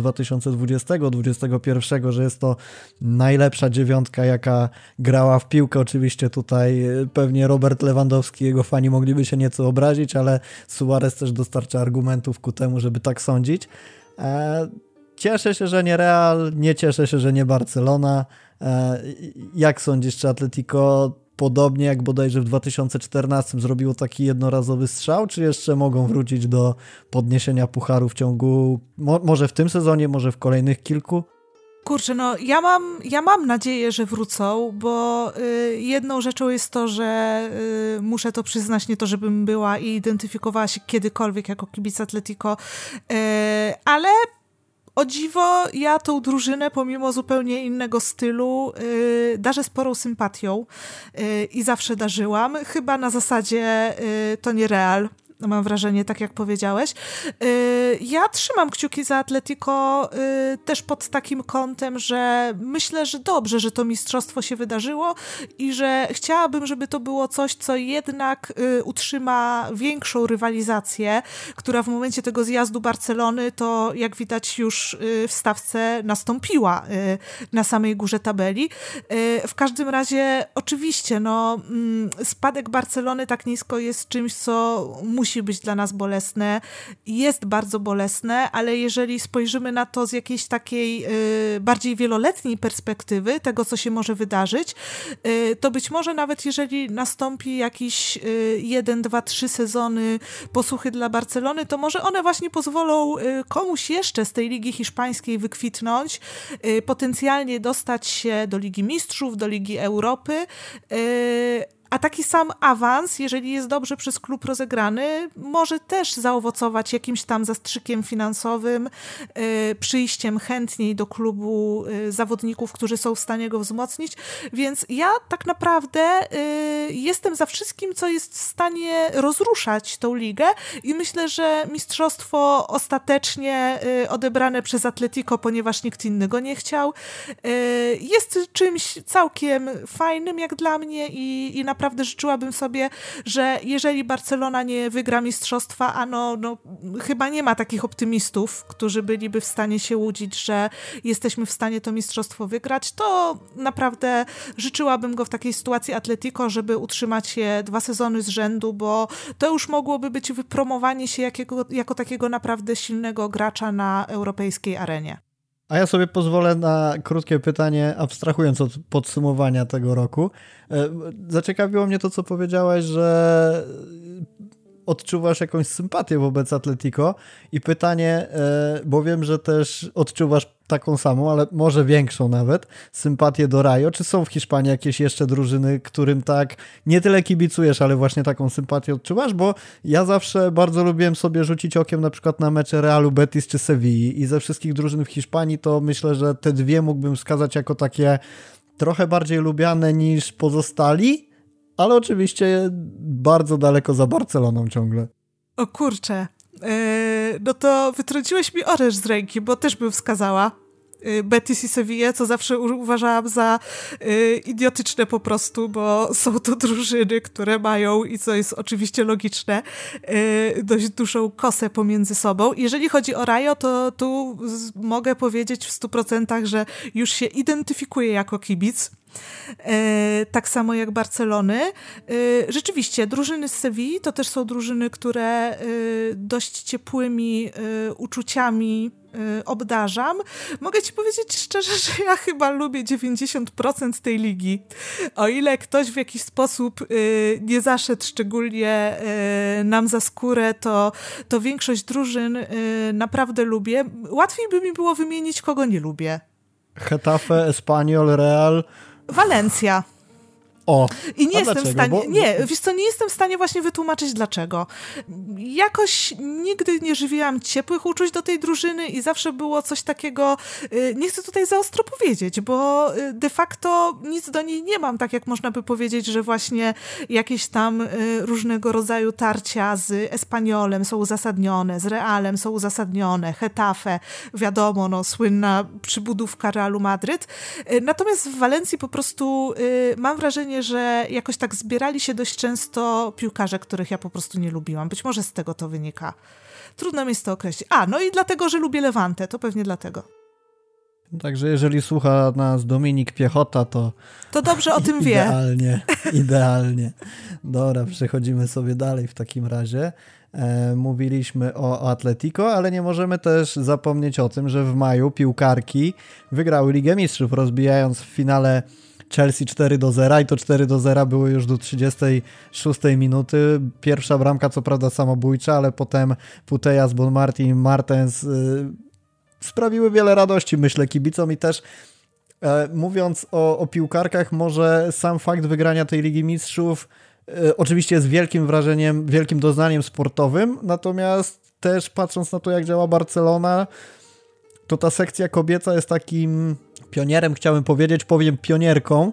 2020-2021, że jest to najlepsza dziewiątka, jaka grała w piłkę. Oczywiście tutaj pewnie Robert Lewandowski i jego fani mogliby się nieco obrazić, ale Suarez też dostarcza argumentów ku temu, żeby tak sądzić. Cieszę się, że nie Real, nie cieszę się, że nie Barcelona. Jak sądzisz, czy Atletico podobnie jak bodajże w 2014 zrobiło taki jednorazowy strzał, czy jeszcze mogą wrócić do podniesienia pucharu w ciągu, może w tym sezonie, może w kolejnych kilku? Kurczę, no ja mam nadzieję, że wrócą, bo jedną rzeczą jest to, że muszę to przyznać, nie to, żebym była i identyfikowała się kiedykolwiek jako kibic Atletico, ale o dziwo, ja tą drużynę, pomimo zupełnie innego stylu, darzę sporą sympatią i zawsze darzyłam. Chyba na zasadzie to nie Real, mam wrażenie, tak jak powiedziałeś. Ja trzymam kciuki za Atletico też pod takim kątem, że myślę, że dobrze, że to mistrzostwo się wydarzyło i że chciałabym, żeby to było coś, co jednak utrzyma większą rywalizację, która w momencie tego zjazdu Barcelony to, jak widać, już w stawce nastąpiła na samej górze tabeli. W każdym razie oczywiście, no, spadek Barcelony tak nisko jest czymś, co musi musi być dla nas bolesne. Jest bardzo bolesne, ale jeżeli spojrzymy na to z jakiejś takiej bardziej wieloletniej perspektywy tego, co się może wydarzyć, to być może nawet jeżeli nastąpi jakiś 1, 2, 3 sezony posłuchy dla Barcelony, to może one właśnie pozwolą komuś jeszcze z tej Ligi Hiszpańskiej wykwitnąć, potencjalnie dostać się do Ligi Mistrzów, do Ligi Europy, a taki sam awans, jeżeli jest dobrze przez klub rozegrany, może też zaowocować jakimś tam zastrzykiem finansowym, przyjściem chętniej do klubu zawodników, którzy są w stanie go wzmocnić. Więc ja tak naprawdę jestem za wszystkim, co jest w stanie rozruszać tą ligę i myślę, że mistrzostwo ostatecznie odebrane przez Atletico, ponieważ nikt inny go nie chciał, jest czymś całkiem fajnym jak dla mnie i naprawdę życzyłabym sobie, że jeżeli Barcelona nie wygra mistrzostwa, a no chyba nie ma takich optymistów, którzy byliby w stanie się łudzić, że jesteśmy w stanie to mistrzostwo wygrać, to naprawdę życzyłabym go w takiej sytuacji Atletico, żeby utrzymać je 2 sezony z rzędu, bo to już mogłoby być wypromowanie się jako takiego naprawdę silnego gracza na europejskiej arenie. A ja sobie pozwolę na krótkie pytanie, abstrahując od podsumowania tego roku. Zaciekawiło mnie to, co powiedziałeś, że odczuwasz jakąś sympatię wobec Atletico i pytanie, bo wiem, że też odczuwasz taką samą, ale może większą nawet, sympatię do Rayo. Czy są w Hiszpanii jakieś jeszcze drużyny, którym tak nie tyle kibicujesz, ale właśnie taką sympatię odczuwasz? Bo ja zawsze bardzo lubiłem sobie rzucić okiem na przykład na mecze Realu Betis czy Sewilli i ze wszystkich drużyn w Hiszpanii to myślę, że te dwie mógłbym wskazać jako takie trochę bardziej lubiane niż pozostali, ale oczywiście bardzo daleko za Barceloną ciągle. O kurczę, no to wytrąciłeś mi oręż z ręki, bo też bym wskazała Betis i Sevillę, co zawsze uważałam za idiotyczne po prostu, bo są to drużyny, które mają, i co jest oczywiście logiczne, dość dużą kosę pomiędzy sobą. Jeżeli chodzi o Rayo, to tu mogę powiedzieć w 100%, że już się identyfikuję jako kibic. Tak samo jak Barcelony. Rzeczywiście, drużyny z Sewilli to też są drużyny, które dość ciepłymi uczuciami obdarzam. Mogę ci powiedzieć szczerze, że ja chyba lubię 90% tej ligi. O ile ktoś w jakiś sposób nie zaszedł szczególnie nam za skórę, to większość drużyn naprawdę lubię. Łatwiej by mi było wymienić, kogo nie lubię. Getafe, Espanyol, Real... Walencja. O, i nie jestem w stanie, wiesz co, nie jestem w stanie właśnie wytłumaczyć dlaczego. Jakoś nigdy nie żywiłam ciepłych uczuć do tej drużyny i zawsze było coś takiego, nie chcę tutaj za ostro powiedzieć, bo de facto nic do niej nie mam, tak jak można by powiedzieć, że właśnie jakieś tam różnego rodzaju tarcia z Espanyolem są uzasadnione, z Realem są uzasadnione, Getafe, wiadomo, słynna przybudówka Realu Madryt. Natomiast w Walencji po prostu mam wrażenie, że jakoś tak zbierali się dość często piłkarze, których ja po prostu nie lubiłam. Być może z tego to wynika. Trudno mi jest to określić. No i dlatego, że lubię Levante, to pewnie dlatego. Także jeżeli słucha nas Dominik Piechota, to dobrze o tym wie. Idealnie. Dobra, przechodzimy sobie dalej w takim razie. Mówiliśmy o Atletico, ale nie możemy też zapomnieć o tym, że w maju piłkarki wygrały Ligę Mistrzów, rozbijając w finale Chelsea 4-0 i to 4-0 było już do 36 minuty. Pierwsza bramka co prawda samobójcza, ale potem Putellas, Bonmatí i Martens sprawiły wiele radości, myślę, kibicom i też mówiąc o piłkarkach, może sam fakt wygrania tej Ligi Mistrzów oczywiście jest wielkim wrażeniem, wielkim doznaniem sportowym, natomiast też patrząc na to, jak działa Barcelona, to ta sekcja kobieca jest takim pionierem, chciałem powiedzieć, powiem pionierką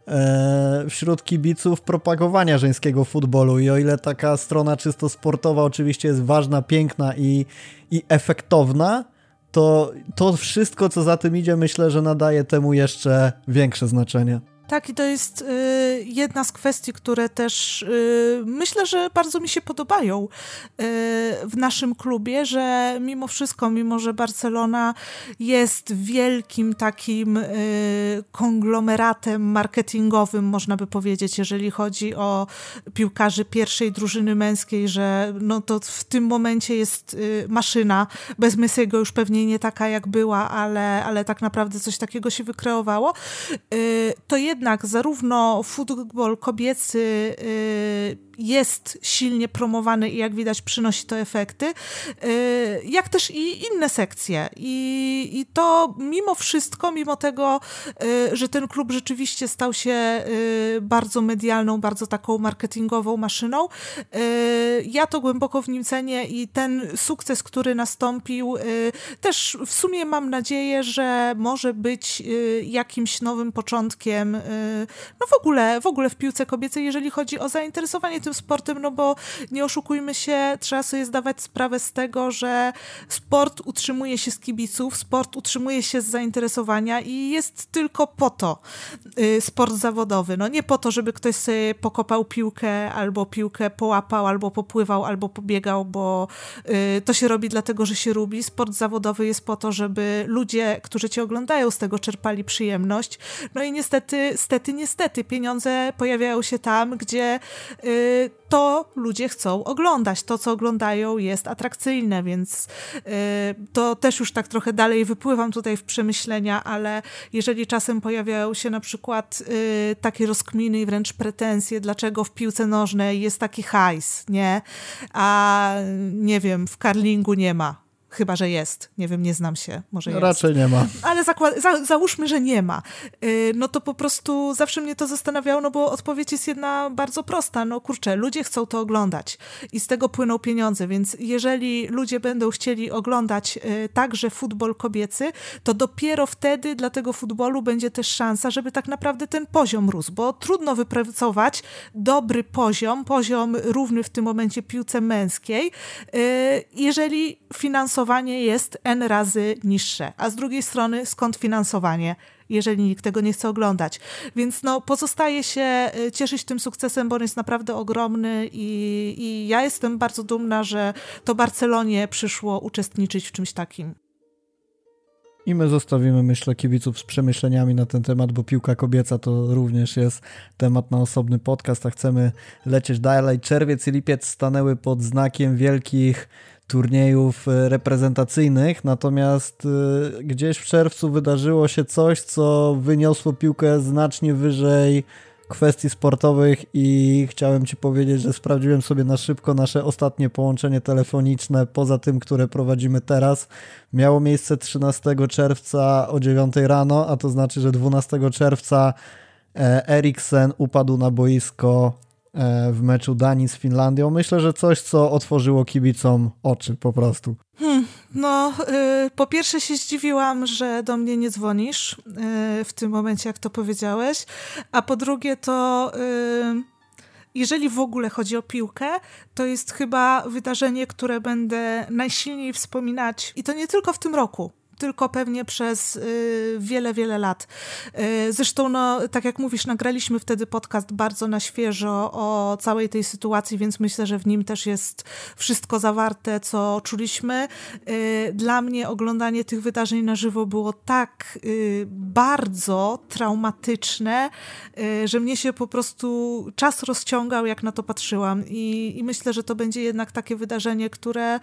wśród kibiców propagowania żeńskiego futbolu i o ile taka strona czysto sportowa oczywiście jest ważna, piękna i efektowna, to wszystko, co za tym idzie, myślę, że nadaje temu jeszcze większe znaczenie. Tak, i to jest jedna z kwestii, które też myślę, że bardzo mi się podobają w naszym klubie, że mimo wszystko, mimo że Barcelona jest wielkim takim konglomeratem marketingowym, można by powiedzieć, jeżeli chodzi o piłkarzy pierwszej drużyny męskiej, że no to w tym momencie jest maszyna, bez Messiego już pewnie nie taka jak była, ale tak naprawdę coś takiego się wykreowało, to jednak zarówno futbol kobiecy jest silnie promowany i jak widać przynosi to efekty, jak też i inne sekcje. I to mimo wszystko, mimo tego, że ten klub rzeczywiście stał się bardzo medialną, bardzo taką marketingową maszyną, ja to głęboko w nim cenię i ten sukces, który nastąpił, też w sumie mam nadzieję, że może być jakimś nowym początkiem no w ogóle w piłce kobiecej, jeżeli chodzi o zainteresowanie tym sportem, no bo nie oszukujmy się, trzeba sobie zdawać sprawę z tego, że sport utrzymuje się z kibiców, sport utrzymuje się z zainteresowania i jest tylko po to sport zawodowy. No nie po to, żeby ktoś sobie pokopał piłkę, albo piłkę połapał, albo popływał, albo pobiegał, bo to się robi dlatego, że się lubi. Sport zawodowy jest po to, żeby ludzie, którzy cię oglądają, z tego czerpali przyjemność. No i niestety pieniądze pojawiają się tam, gdzie to ludzie chcą oglądać. To, co oglądają, jest atrakcyjne, więc to też już tak trochę dalej wypływam tutaj w przemyślenia, ale jeżeli czasem pojawiają się na przykład takie rozkminy i wręcz pretensje, dlaczego w piłce nożnej jest taki hajs, nie? A nie wiem, w curlingu nie ma. Chyba, że jest. Nie wiem, nie znam się. Może jest. Raczej nie ma. Ale załóżmy, że nie ma. No to po prostu zawsze mnie to zastanawiało, no bo odpowiedź jest jedna bardzo prosta. No kurczę, ludzie chcą to oglądać i z tego płyną pieniądze, więc jeżeli ludzie będą chcieli oglądać także futbol kobiecy, to dopiero wtedy dla tego futbolu będzie też szansa, żeby tak naprawdę ten poziom rósł, bo trudno wypracować dobry poziom równy w tym momencie piłce męskiej, jeżeli finansowanie jest N razy niższe. A z drugiej strony skąd finansowanie, jeżeli nikt tego nie chce oglądać. Więc no, pozostaje się cieszyć tym sukcesem, bo on jest naprawdę ogromny i ja jestem bardzo dumna, że to Barcelonie przyszło uczestniczyć w czymś takim. I my zostawimy, myślę, kibiców z przemyśleniami na ten temat, bo piłka kobieca to również jest temat na osobny podcast, a chcemy lecieć dalej. Czerwiec i lipiec stanęły pod znakiem wielkich turniejów reprezentacyjnych, natomiast gdzieś w czerwcu wydarzyło się coś, co wyniosło piłkę znacznie wyżej kwestii sportowych i chciałem Ci powiedzieć, że sprawdziłem sobie na szybko nasze ostatnie połączenie telefoniczne, poza tym, które prowadzimy teraz. Miało miejsce 13 czerwca o 9 rano, a to znaczy, że 12 czerwca Eriksen upadł na boisko w meczu Danii z Finlandią. Myślę, że coś, co otworzyło kibicom oczy po prostu. Po pierwsze się zdziwiłam, że do mnie nie dzwonisz w tym momencie, jak to powiedziałeś, a po drugie to jeżeli w ogóle chodzi o piłkę, to jest chyba wydarzenie, które będę najsilniej wspominać i to nie tylko w tym roku, tylko pewnie przez wiele, wiele lat. Zresztą, no, tak jak mówisz, nagraliśmy wtedy podcast bardzo na świeżo o całej tej sytuacji, więc myślę, że w nim też jest wszystko zawarte, co czuliśmy. Dla mnie oglądanie tych wydarzeń na żywo było tak bardzo traumatyczne, że mnie się po prostu czas rozciągał, jak na to patrzyłam. I myślę, że to będzie jednak takie wydarzenie, które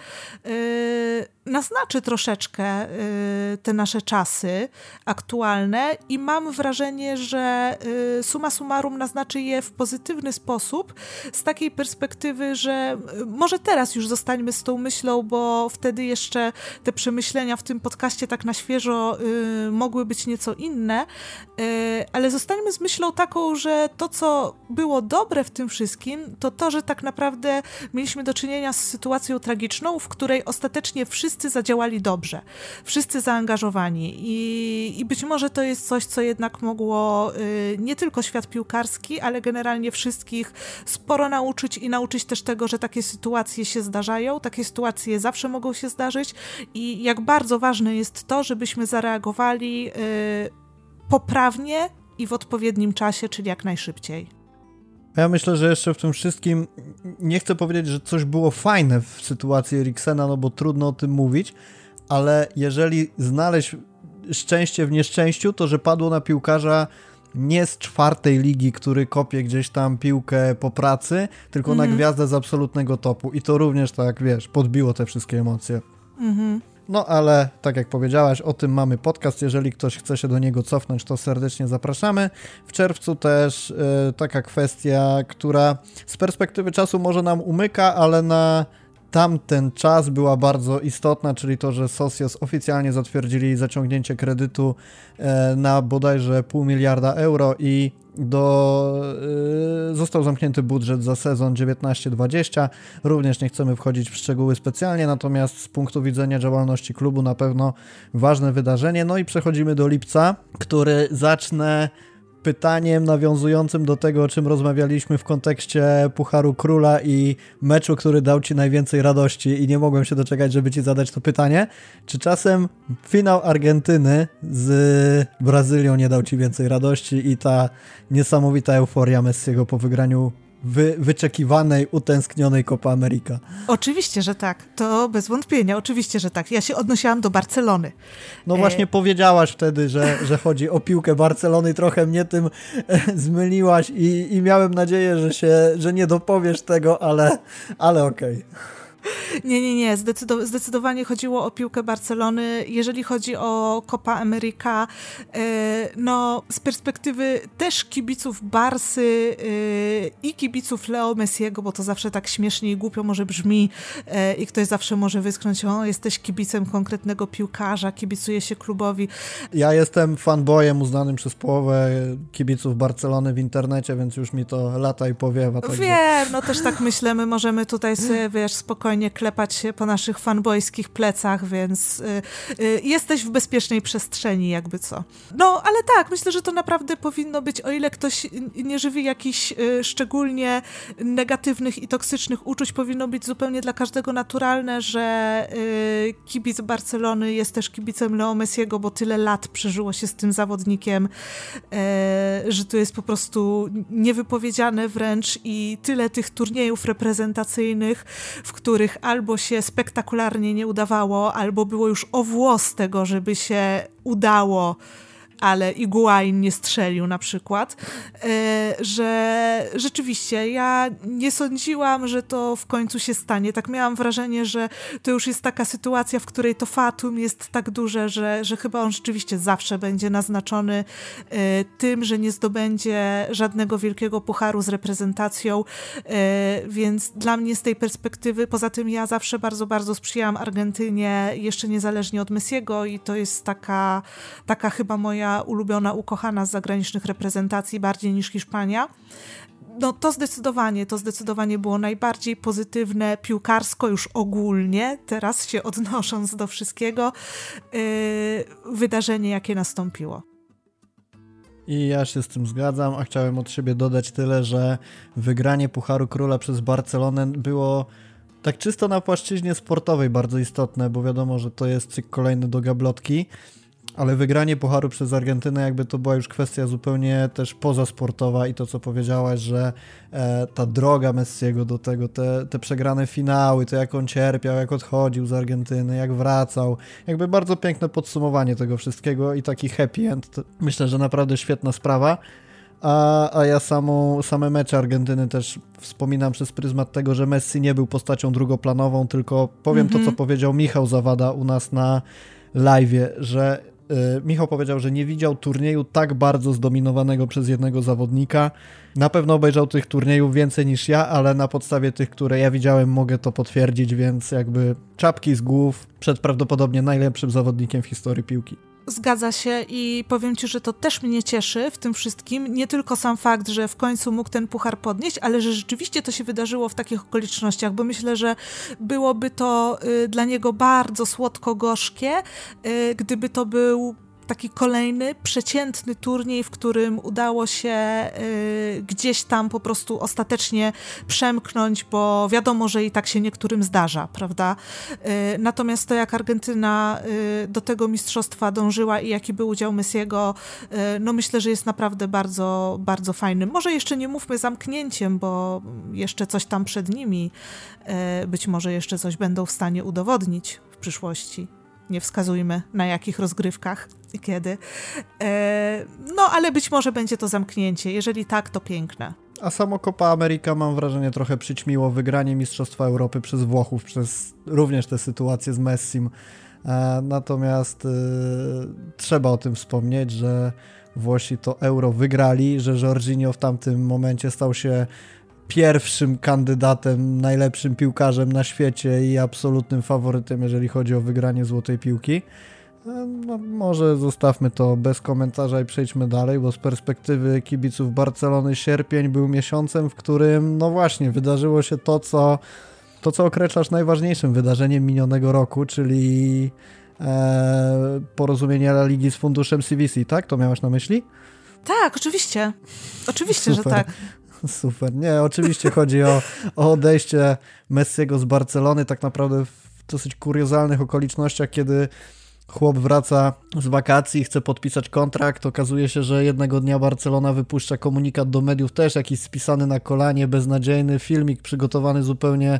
naznaczy troszeczkę te nasze czasy aktualne i mam wrażenie, że summa summarum naznaczy je w pozytywny sposób, z takiej perspektywy, że może teraz już zostańmy z tą myślą, bo wtedy jeszcze te przemyślenia w tym podcaście tak na świeżo mogły być nieco inne, ale zostańmy z myślą taką, że to, co było dobre w tym wszystkim, to to, że tak naprawdę mieliśmy do czynienia z sytuacją tragiczną, w której ostatecznie wszyscy zadziałali dobrze. Wszyscy zaangażowani i być może to jest coś, co jednak mogło nie tylko świat piłkarski, ale generalnie wszystkich sporo nauczyć i nauczyć też tego, że takie sytuacje się zdarzają, takie sytuacje zawsze mogą się zdarzyć i jak bardzo ważne jest to, żebyśmy zareagowali poprawnie, i w odpowiednim czasie, czyli jak najszybciej. Ja myślę, że jeszcze w tym wszystkim nie chcę powiedzieć, że coś było fajne w sytuacji Eriksena, no bo trudno o tym mówić, ale jeżeli znaleźć szczęście w nieszczęściu, to że padło na piłkarza nie z 4. ligi, który kopie gdzieś tam piłkę po pracy, tylko na gwiazdę z absolutnego topu. I to również, tak wiesz, podbiło te wszystkie emocje. No ale, tak jak powiedziałaś, o tym mamy podcast. Jeżeli ktoś chce się do niego cofnąć, to serdecznie zapraszamy. W czerwcu też taka kwestia, która z perspektywy czasu może nam umyka, ale na tamten czas była bardzo istotna, czyli to, że Socios oficjalnie zatwierdzili zaciągnięcie kredytu na bodajże 500 miliona euro i został zamknięty budżet za sezon 19-20. Również nie chcemy wchodzić w szczegóły specjalnie, natomiast z punktu widzenia działalności klubu na pewno ważne wydarzenie. No i przechodzimy do lipca, który zacznę pytaniem nawiązującym do tego, o czym rozmawialiśmy w kontekście Pucharu Króla i meczu, który dał ci najwięcej radości i nie mogłem się doczekać, żeby ci zadać to pytanie. Czy czasem finał Argentyny z Brazylią nie dał ci więcej radości i ta niesamowita euforia Messiego po wygraniu wyczekiwanej, utęsknionej Copa America? Oczywiście, że tak. To bez wątpienia. Oczywiście, że tak. Ja się odnosiłam do Barcelony. No właśnie powiedziałaś wtedy, że chodzi o piłkę Barcelony i trochę mnie tym zmyliłaś i miałem nadzieję, że nie dopowiesz tego, ale okej. Nie. Zdecydowanie chodziło o piłkę Barcelony. Jeżeli chodzi o Copa America, no z perspektywy też kibiców Barsy i kibiców Leo Messiego, bo to zawsze tak śmiesznie i głupio może brzmi i ktoś zawsze może wysknąć, o, jesteś kibicem konkretnego piłkarza, kibicuje się klubowi. Ja jestem fanboyem uznanym przez połowę kibiców Barcelony w internecie, więc już mi to lata i powiewa. Także... Wiem, no też tak myślę, my możemy tutaj sobie, wiesz, spokojnie klepać się po naszych fanboyskich plecach, więc jesteś w bezpiecznej przestrzeni, jakby co. No, ale tak, myślę, że to naprawdę powinno być, o ile ktoś nie żywi jakichś szczególnie negatywnych i toksycznych uczuć, powinno być zupełnie dla każdego naturalne, że kibic Barcelony jest też kibicem Leo Messiego, bo tyle lat przeżyło się z tym zawodnikiem, że to jest po prostu niewypowiedziane wręcz i tyle tych turniejów reprezentacyjnych, w których albo się spektakularnie nie udawało, albo było już o włos tego, żeby się udało, ale Higuaín nie strzelił na przykład, że rzeczywiście ja nie sądziłam, że to w końcu się stanie. Tak miałam wrażenie, że to już jest taka sytuacja, w której to fatum jest tak duże, że chyba on rzeczywiście zawsze będzie naznaczony tym, że nie zdobędzie żadnego wielkiego pucharu z reprezentacją, więc dla mnie z tej perspektywy, poza tym ja zawsze bardzo, bardzo sprzyjałam Argentynie, jeszcze niezależnie od Messiego i to jest taka chyba moja ulubiona, ukochana z zagranicznych reprezentacji bardziej niż Hiszpania. No to zdecydowanie było najbardziej pozytywne piłkarsko już ogólnie, teraz się odnosząc do wszystkiego, wydarzenie, jakie nastąpiło. I ja się z tym zgadzam, a chciałem od siebie dodać tyle, że wygranie Pucharu Króla przez Barcelonę było tak czysto na płaszczyźnie sportowej bardzo istotne, bo wiadomo, że to jest cykl kolejny do gablotki, ale wygranie pucharu przez Argentynę jakby to była już kwestia zupełnie też pozasportowa i to, co powiedziałaś, że ta droga Messiego do tego, te przegrane finały, to jak on cierpiał, jak odchodził z Argentyny, jak wracał, jakby bardzo piękne podsumowanie tego wszystkiego i taki happy end. Myślę, że naprawdę świetna sprawa. A ja same mecze Argentyny też wspominam przez pryzmat tego, że Messi nie był postacią drugoplanową, tylko powiem to, co powiedział Michał Zawada u nas na live'ie, że Michał powiedział, że nie widział turnieju tak bardzo zdominowanego przez jednego zawodnika. Na pewno obejrzał tych turniejów więcej niż ja, ale na podstawie tych, które ja widziałem, mogę to potwierdzić, więc jakby czapki z głów przed prawdopodobnie najlepszym zawodnikiem w historii piłki. Zgadza się i powiem Ci, że to też mnie cieszy w tym wszystkim. Nie tylko sam fakt, że w końcu mógł ten puchar podnieść, ale że rzeczywiście to się wydarzyło w takich okolicznościach, bo myślę, że byłoby to dla niego bardzo słodko-gorzkie, gdyby to był taki kolejny, przeciętny turniej, w którym udało się gdzieś tam po prostu ostatecznie przemknąć, bo wiadomo, że i tak się niektórym zdarza, prawda? Natomiast to, jak Argentyna do tego mistrzostwa dążyła i jaki był udział Messiego, no myślę, że jest naprawdę bardzo, bardzo fajnym. Może jeszcze nie mówmy zamknięciem, bo jeszcze coś tam przed nimi, być może jeszcze coś będą w stanie udowodnić w przyszłości. Nie wskazujmy, na jakich rozgrywkach i kiedy. No, ale być może będzie to zamknięcie. Jeżeli tak, to piękne. A samo Copa America, mam wrażenie, trochę przyćmiło wygranie Mistrzostwa Europy przez Włochów, przez również tę sytuację z Messim. Natomiast trzeba o tym wspomnieć, że Włosi to Euro wygrali, że Jorginho w tamtym momencie stał się pierwszym kandydatem, najlepszym piłkarzem na świecie i absolutnym faworytem, jeżeli chodzi o wygranie złotej piłki. No, może zostawmy to bez komentarza i przejdźmy dalej, bo z perspektywy kibiców Barcelony sierpień był miesiącem, w którym, no właśnie, wydarzyło się to, co określasz najważniejszym wydarzeniem minionego roku, czyli porozumienie La Ligi z funduszem CVC, tak? To miałeś na myśli? Tak, oczywiście. Oczywiście, Super. że tak. Super. Nie, oczywiście chodzi o odejście Messiego z Barcelony, tak naprawdę w dosyć kuriozalnych okolicznościach, kiedy chłop wraca z wakacji, chce podpisać kontrakt, okazuje się, że jednego dnia Barcelona wypuszcza komunikat do mediów, też jakiś spisany na kolanie, beznadziejny filmik przygotowany zupełnie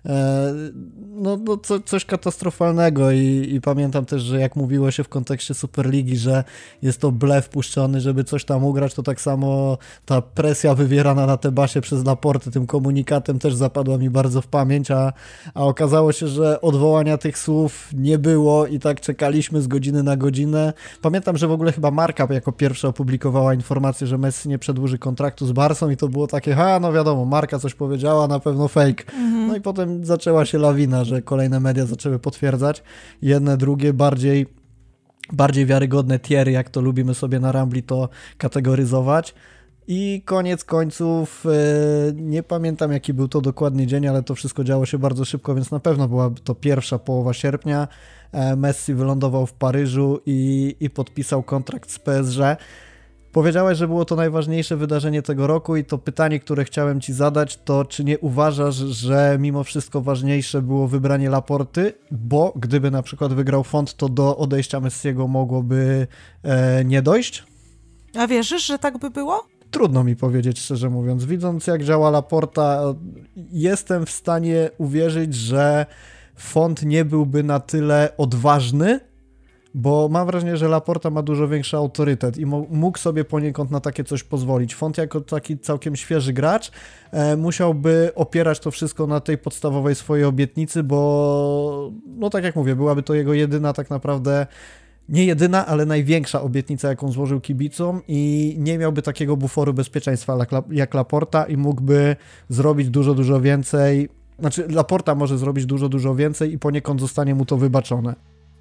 coś katastrofalnego i pamiętam też, że jak mówiło się w kontekście Superligi, że jest to blef puszczony, żeby coś tam ugrać, to tak samo ta presja wywierana na Tebasie przez Laportę tym komunikatem też zapadła mi bardzo w pamięć, a okazało się, że odwołania tych słów nie było i tak czekaliśmy z godziny na godzinę. Pamiętam, że w ogóle chyba Marca jako pierwsza opublikowała informację, że Messi nie przedłuży kontraktu z Barsą i to było takie, no wiadomo, Marca coś powiedziała, na pewno fake. No i potem zaczęła się lawina, że kolejne media zaczęły potwierdzać. Jedne, drugie, bardziej wiarygodne tiery, jak to lubimy sobie na Rambli to kategoryzować. I koniec końców, nie pamiętam jaki był to dokładnie dzień, ale to wszystko działo się bardzo szybko, więc na pewno była to pierwsza połowa sierpnia. Messi wylądował w Paryżu i podpisał kontrakt z PSG. Powiedziałeś, że było to najważniejsze wydarzenie tego roku i to pytanie, które chciałem Ci zadać, to czy nie uważasz, że mimo wszystko ważniejsze było wybranie Laporty, bo gdyby na przykład wygrał Font, to do odejścia Messiego mogłoby nie dojść? A wierzysz, że tak by było? Trudno mi powiedzieć, szczerze mówiąc. Widząc, jak działa Laporta, jestem w stanie uwierzyć, że Font nie byłby na tyle odważny, bo mam wrażenie, że Laporta ma dużo większy autorytet i mógł sobie poniekąd na takie coś pozwolić. Font jako taki całkiem świeży gracz musiałby opierać to wszystko na tej podstawowej swojej obietnicy, bo no tak jak mówię, byłaby to jego jedyna tak naprawdę, nie jedyna, ale największa obietnica, jaką złożył kibicom i nie miałby takiego buforu bezpieczeństwa jak Laporta i mógłby zrobić dużo, dużo więcej. Znaczy Laporta może zrobić dużo, dużo więcej i poniekąd zostanie mu to wybaczone.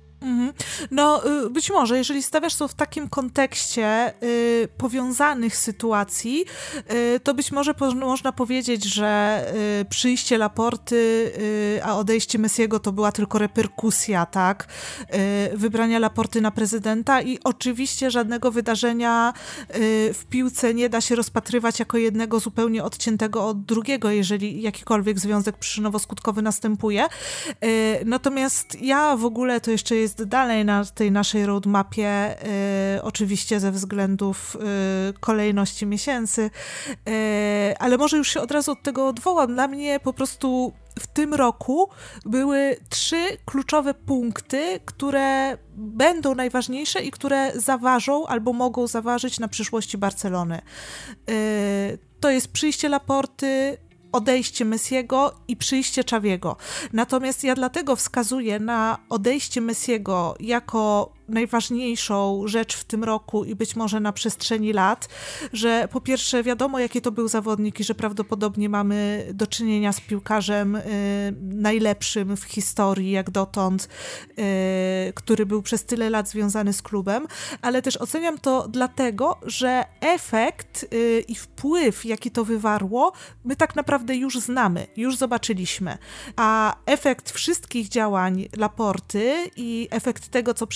No, być może, jeżeli stawiasz to w takim kontekście powiązanych sytuacji, to być może można powiedzieć, że przyjście Laporty, a odejście Messiego to była tylko reperkusja, tak? Wybrania Laporty na prezydenta i oczywiście żadnego wydarzenia w piłce nie da się rozpatrywać jako jednego zupełnie odciętego od drugiego, jeżeli jakikolwiek związek przyczynowo-skutkowy następuje. Natomiast ja w ogóle, to jeszcze jest dalej na tej naszej roadmapie, oczywiście ze względów kolejności miesięcy, ale może już się od razu od tego odwołam. Dla mnie po prostu w tym roku były 3 kluczowe punkty, które będą najważniejsze i które zaważą albo mogą zaważyć na przyszłości Barcelony. To jest przyjście Laporty, odejście Messiego i przyjście Xaviego. Natomiast ja dlatego wskazuję na odejście Messiego jako najważniejszą rzecz w tym roku i być może na przestrzeni lat, że po pierwsze wiadomo, jaki to był zawodnik i że prawdopodobnie mamy do czynienia z piłkarzem najlepszym w historii jak dotąd, który był przez tyle lat związany z klubem, ale też oceniam to dlatego, że efekt i wpływ, jaki to wywarło, my tak naprawdę już znamy, już zobaczyliśmy, a efekt wszystkich działań Laporty i efekt tego, co przyniesie ze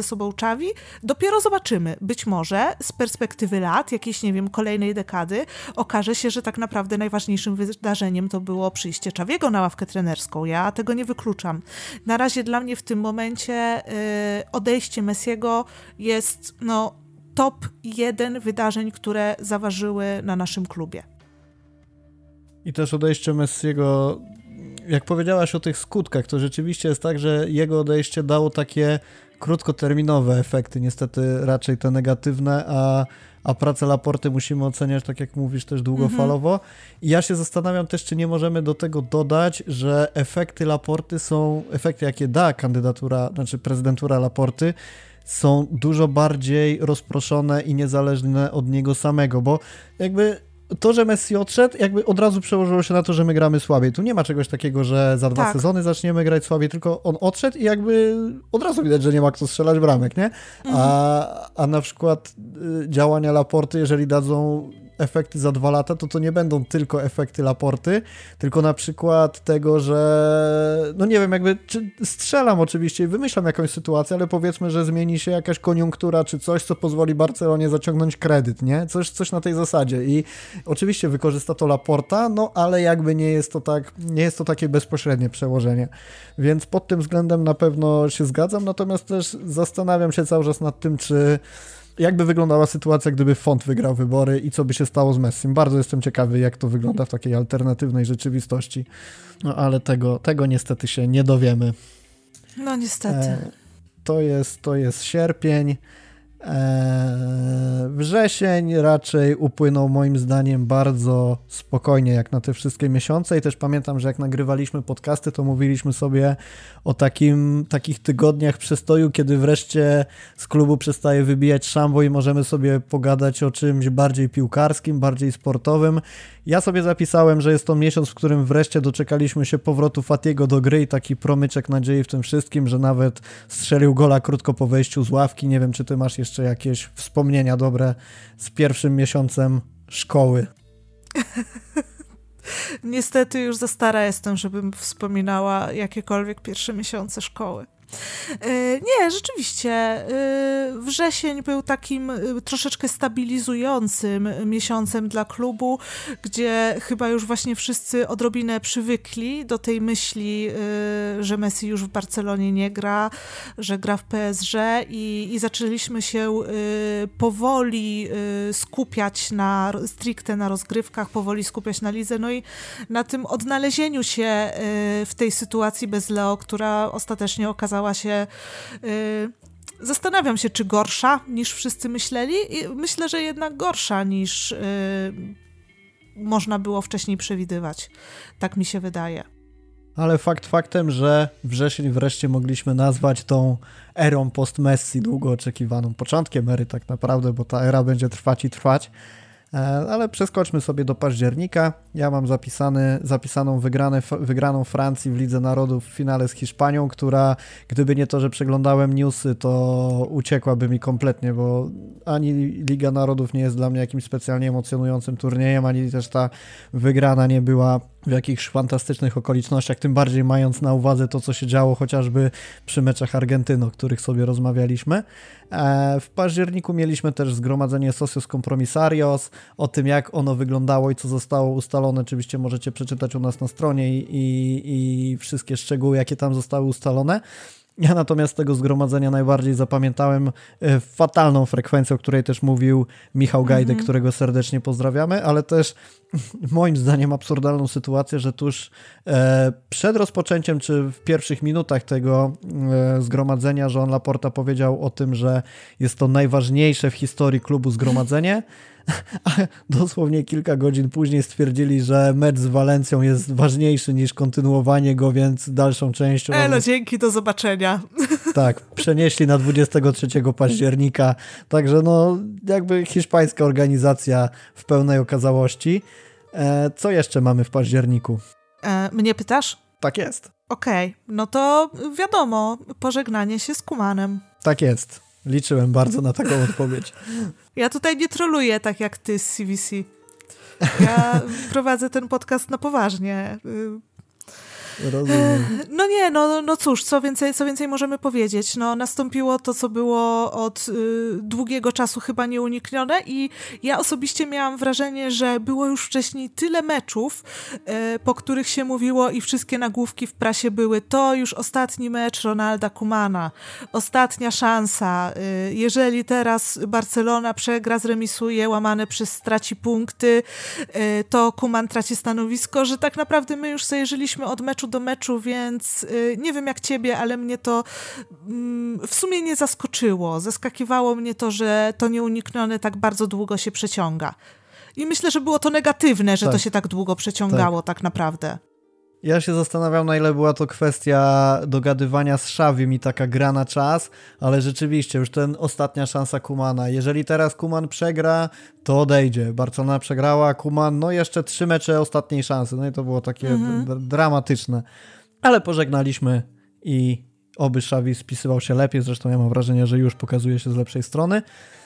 sobą czawi, dopiero zobaczymy. Być może z perspektywy lat, jakiejś, nie wiem, kolejnej dekady, okaże się, że tak naprawdę najważniejszym wydarzeniem to było przyjście Czawiego na ławkę trenerską. Ja tego nie wykluczam. Na razie dla mnie w tym momencie odejście Messiego jest top 1 wydarzeń, które zaważyły na naszym klubie. I też odejście Messiego, jak powiedziałaś o tych skutkach, to rzeczywiście jest tak, że jego odejście dało takie krótkoterminowe efekty, niestety raczej te negatywne, a pracę Laporty musimy oceniać, tak jak mówisz, też długofalowo. I ja się zastanawiam też, czy nie możemy do tego dodać, że efekty Laporty są, efekty jakie da prezydentura Laporty, są dużo bardziej rozproszone i niezależne od niego samego, bo jakby to, że Messi odszedł, jakby od razu przełożyło się na to, że my gramy słabiej. Tu nie ma czegoś takiego, że za 2 sezony zaczniemy grać słabiej, tylko on odszedł i jakby od razu widać, że nie ma kto strzelać bramek, nie? A na przykład działania Laporty, jeżeli dadzą efekty za 2 lata, to nie będą tylko efekty Laporty, tylko na przykład tego, że nie wiem, strzelam oczywiście i wymyślam jakąś sytuację, ale powiedzmy, że zmieni się jakaś koniunktura czy coś, co pozwoli Barcelonie zaciągnąć kredyt, nie? Coś na tej zasadzie i oczywiście wykorzysta to Laporta, ale jakby nie jest to takie bezpośrednie przełożenie, więc pod tym względem na pewno się zgadzam, natomiast też zastanawiam się cały czas nad tym, jakby wyglądała sytuacja, gdyby Font wygrał wybory i co by się stało z Messim. Bardzo jestem ciekawy, jak to wygląda w takiej alternatywnej rzeczywistości. Ale tego niestety się nie dowiemy. No niestety. To jest sierpień. Wrzesień raczej upłynął moim zdaniem bardzo spokojnie jak na te wszystkie miesiące i też pamiętam, że jak nagrywaliśmy podcasty, to mówiliśmy sobie o takich tygodniach przestoju, kiedy wreszcie z klubu przestaje wybijać szambo i możemy sobie pogadać o czymś bardziej piłkarskim, bardziej sportowym. Ja sobie zapisałem, że jest to miesiąc, w którym wreszcie doczekaliśmy się powrotu Fatiego do gry i taki promyczek nadziei w tym wszystkim, że nawet strzelił gola krótko po wejściu z ławki. Nie wiem, czy ty masz jeszcze jakieś wspomnienia dobre z pierwszym miesiącem szkoły. Niestety już za stara jestem, żebym wspominała jakiekolwiek pierwsze miesiące szkoły. Nie, rzeczywiście wrzesień był takim troszeczkę stabilizującym miesiącem dla klubu, gdzie chyba już właśnie wszyscy odrobinę przywykli do tej myśli, że Messi już w Barcelonie nie gra, że gra w PSG i zaczęliśmy się powoli skupiać stricte na rozgrywkach, powoli skupiać na lidze, no i na tym odnalezieniu się w tej sytuacji bez Leo, która ostatecznie okazała się, zastanawiam się, czy gorsza niż wszyscy myśleli i myślę, że jednak gorsza niż można było wcześniej przewidywać. Tak mi się wydaje. Ale faktem, że wrzesień wreszcie mogliśmy nazwać tą erą post-Messi, długo oczekiwaną, początkiem ery tak naprawdę, bo ta era będzie trwać i trwać. Ale przeskoczmy sobie do października. Ja mam zapisaną wygraną Francji w Lidze Narodów w finale z Hiszpanią, która gdyby nie to, że przeglądałem newsy, to uciekłaby mi kompletnie, bo ani Liga Narodów nie jest dla mnie jakimś specjalnie emocjonującym turniejem, ani też ta wygrana nie była w jakichś fantastycznych okolicznościach, tym bardziej mając na uwadze to, co się działo chociażby przy meczach Argentyny, o których sobie rozmawialiśmy. W październiku mieliśmy też zgromadzenie Socios Compromisarios, o tym jak ono wyglądało i co zostało ustalone. Oczywiście możecie przeczytać u nas na stronie i wszystkie szczegóły, jakie tam zostały ustalone. Ja natomiast z tego zgromadzenia najbardziej zapamiętałem fatalną frekwencję, o której też mówił Michał Gajdek, którego serdecznie pozdrawiamy, ale też moim zdaniem absurdalną sytuację, że tuż przed rozpoczęciem, czy w pierwszych minutach tego zgromadzenia Joan Laporta powiedział o tym, że jest to najważniejsze w historii klubu zgromadzenie, a dosłownie kilka godzin później stwierdzili, że mecz z Walencją jest ważniejszy niż kontynuowanie go, więc dalszą częścią... dzięki, do zobaczenia. Tak, przenieśli na 23 października, także jakby hiszpańska organizacja w pełnej okazałości. Co jeszcze mamy w październiku? Mnie pytasz? Tak jest. Okej, no to wiadomo, pożegnanie się z Koemanem. Tak jest. Liczyłem bardzo na taką odpowiedź. Ja tutaj nie troluję tak jak ty z CVC. Ja prowadzę ten podcast na poważnie. Rozumiem. No nie, no cóż, co więcej możemy powiedzieć? No nastąpiło to, co było od długiego czasu chyba nieuniknione i ja osobiście miałam wrażenie, że było już wcześniej tyle meczów, po których się mówiło i wszystkie nagłówki w prasie były: to już ostatni mecz Ronalda Koemana, ostatnia szansa, jeżeli teraz Barcelona przegra, zremisuje, łamane przez straci punkty, to Koeman traci stanowisko, że tak naprawdę my już sobie żyliśmy od meczu do meczu, więc nie wiem jak ciebie, ale mnie to w sumie nie zaskoczyło. Zaskakiwało mnie to, że to nieuniknione tak bardzo długo się przeciąga. I myślę, że było to negatywne, że to się tak długo przeciągało tak naprawdę. Ja się zastanawiam, na ile była to kwestia dogadywania z Xavim i taka gra na czas, ale rzeczywiście już ten ostatnia szansa Koemana. Jeżeli teraz Koeman przegra, to odejdzie. Barcelona przegrała, Koeman, no jeszcze 3 mecze ostatniej szansy. No i to było takie dramatyczne. Ale pożegnaliśmy i oby Xavi spisywał się lepiej. Zresztą ja mam wrażenie, że już pokazuje się z lepszej strony.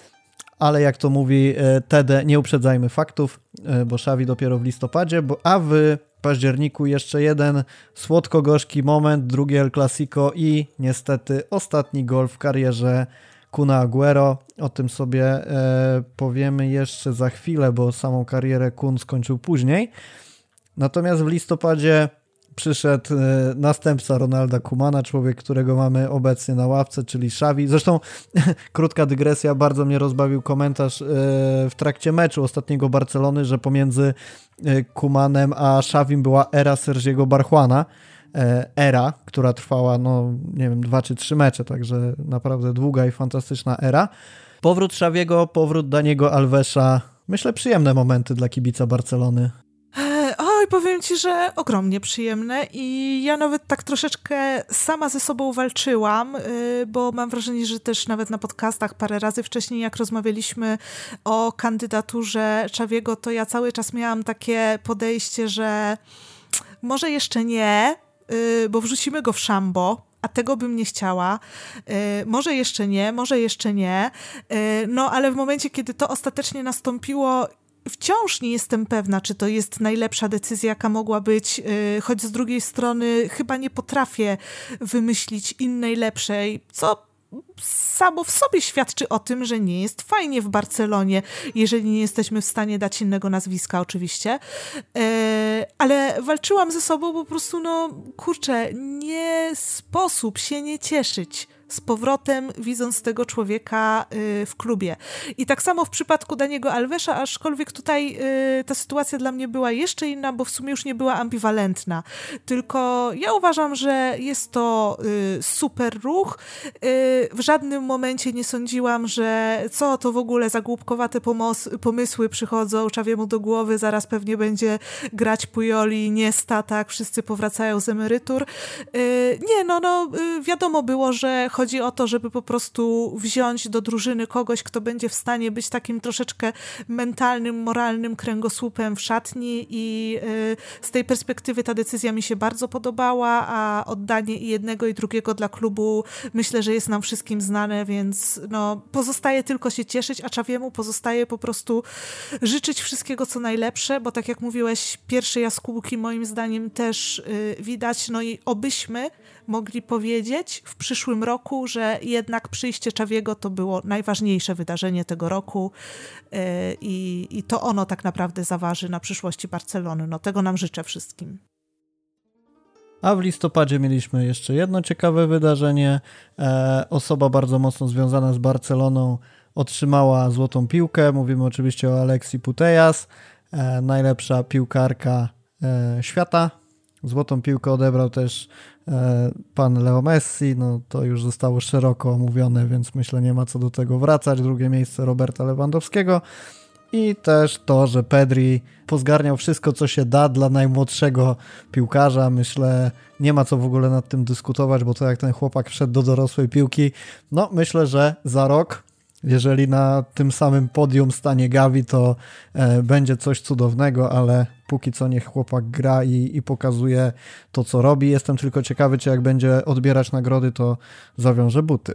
Ale jak to mówi Tede, nie uprzedzajmy faktów, bo Xavi dopiero w listopadzie, a w październiku jeszcze jeden słodko-gorzki moment, drugi El Clasico i niestety ostatni gol w karierze Kuna Aguero. O tym sobie powiemy jeszcze za chwilę, bo samą karierę Kun skończył później. Natomiast w listopadzie przyszedł następca Ronalda Koemana, człowiek, którego mamy obecnie na ławce, czyli Xavi. Zresztą krótka dygresja, bardzo mnie rozbawił komentarz w trakcie meczu ostatniego Barcelony, że pomiędzy Koemanem a Xavim była era Sergiego Barjuana. Era, która trwała, no nie wiem, 2 czy 3 mecze, także naprawdę długa i fantastyczna era. Powrót Xaviego, powrót Daniego Alvesa. Myślę, przyjemne momenty dla kibica Barcelony. Oj, powiem ci, że ogromnie przyjemne i ja nawet tak troszeczkę sama ze sobą walczyłam, bo mam wrażenie, że też nawet na podcastach parę razy wcześniej, jak rozmawialiśmy o kandydaturze Xaviego, to ja cały czas miałam takie podejście, że może jeszcze nie, bo wrzucimy go w szambo, a tego bym nie chciała. Może jeszcze nie. No ale w momencie, kiedy to ostatecznie nastąpiło, wciąż nie jestem pewna, czy to jest najlepsza decyzja, jaka mogła być, choć z drugiej strony chyba nie potrafię wymyślić innej lepszej, co samo w sobie świadczy o tym, że nie jest fajnie w Barcelonie, jeżeli nie jesteśmy w stanie dać innego nazwiska oczywiście, ale walczyłam ze sobą, po prostu no kurczę, nie sposób się nie cieszyć z powrotem, widząc tego człowieka w klubie. I tak samo w przypadku Daniego Alvesa, aczkolwiek tutaj ta sytuacja dla mnie była jeszcze inna, bo w sumie już nie była ambiwalentna. Tylko ja uważam, że jest to super ruch. W żadnym momencie nie sądziłam, że co to w ogóle za głupkowate pomysły przychodzą Xaviemu do głowy, zaraz pewnie będzie grać Puyoli, Iniesta, tak, wszyscy powracają z emerytur. Nie, wiadomo było, że chodzi o to, żeby po prostu wziąć do drużyny kogoś, kto będzie w stanie być takim troszeczkę mentalnym, moralnym kręgosłupem w szatni i z tej perspektywy ta decyzja mi się bardzo podobała, a oddanie i jednego i drugiego dla klubu myślę, że jest nam wszystkim znane, więc no, pozostaje tylko się cieszyć, a Xaviemu pozostaje po prostu życzyć wszystkiego, co najlepsze, bo tak jak mówiłeś, pierwsze jaskółki moim zdaniem też widać, no i obyśmy mogli powiedzieć w przyszłym roku, że jednak przyjście Xaviego to było najważniejsze wydarzenie tego roku i to ono tak naprawdę zaważy na przyszłości Barcelony. No tego nam życzę wszystkim. A w listopadzie mieliśmy jeszcze jedno ciekawe wydarzenie. Osoba bardzo mocno związana z Barceloną otrzymała złotą piłkę. Mówimy oczywiście o Alexi Putellas, najlepsza piłkarka świata. Złotą piłkę odebrał też pan Leo Messi, no to już zostało szeroko omówione, więc myślę, nie ma co do tego wracać. Drugie miejsce Roberta Lewandowskiego i też to, że Pedri pozgarniał wszystko, co się da dla najmłodszego piłkarza. Myślę, nie ma co w ogóle nad tym dyskutować, bo to jak ten chłopak wszedł do dorosłej piłki, no myślę, że za rok, jeżeli na tym samym podium stanie Gavi, to będzie coś cudownego, ale póki co niech chłopak gra i pokazuje to, co robi. Jestem tylko ciekawy, czy jak będzie odbierać nagrody, to zawiąże buty.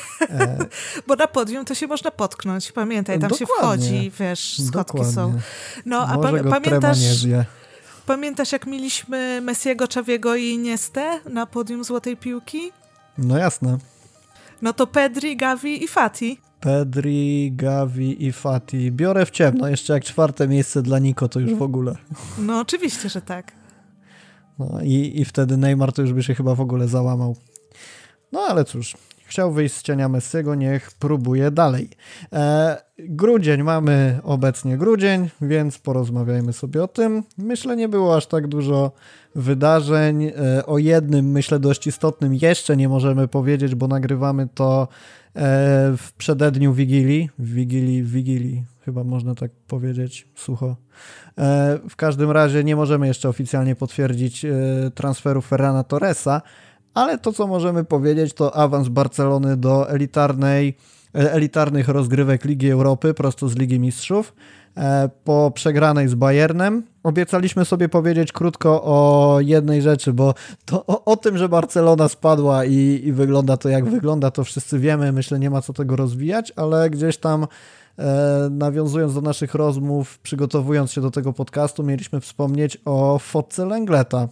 Bo na podium to się można potknąć. Pamiętaj, tam dokładnie, się wchodzi, wiesz, schodki dokładnie. są. No, a może go pamiętasz... trema nie zje. Pamiętasz, jak mieliśmy Messiego, Xaviego i Iniestę na podium Złotej Piłki? No jasne. No to Pedri, Gavi i Fati. Pedri, Gavi i Fati. Biorę w ciemno. Jeszcze jak 4. miejsce dla Nico, to już w ogóle. No oczywiście, że tak. No i wtedy Neymar to już by się chyba w ogóle załamał. No ale cóż, chciał wyjść z cienia Messiego, niech próbuje dalej. Grudzień, mamy obecnie grudzień, więc porozmawiajmy sobie o tym. Myślę, nie było aż tak dużo wydarzeń. O jednym, myślę, dość istotnym jeszcze nie możemy powiedzieć, bo nagrywamy to w przededniu Wigilii, chyba można tak powiedzieć, sucho. W każdym razie nie możemy jeszcze oficjalnie potwierdzić transferu Ferrana Torresa, ale to, co możemy powiedzieć, to awans Barcelony do elitarnych rozgrywek Ligi Europy, prosto z Ligi Mistrzów, po przegranej z Bayernem. Obiecaliśmy sobie powiedzieć krótko o jednej rzeczy, bo to o tym, że Barcelona spadła i wygląda to, jak wygląda, to wszyscy wiemy. Myślę, nie ma co tego rozwijać, ale gdzieś tam nawiązując do naszych rozmów, przygotowując się do tego podcastu, mieliśmy wspomnieć o fotce Lengleta.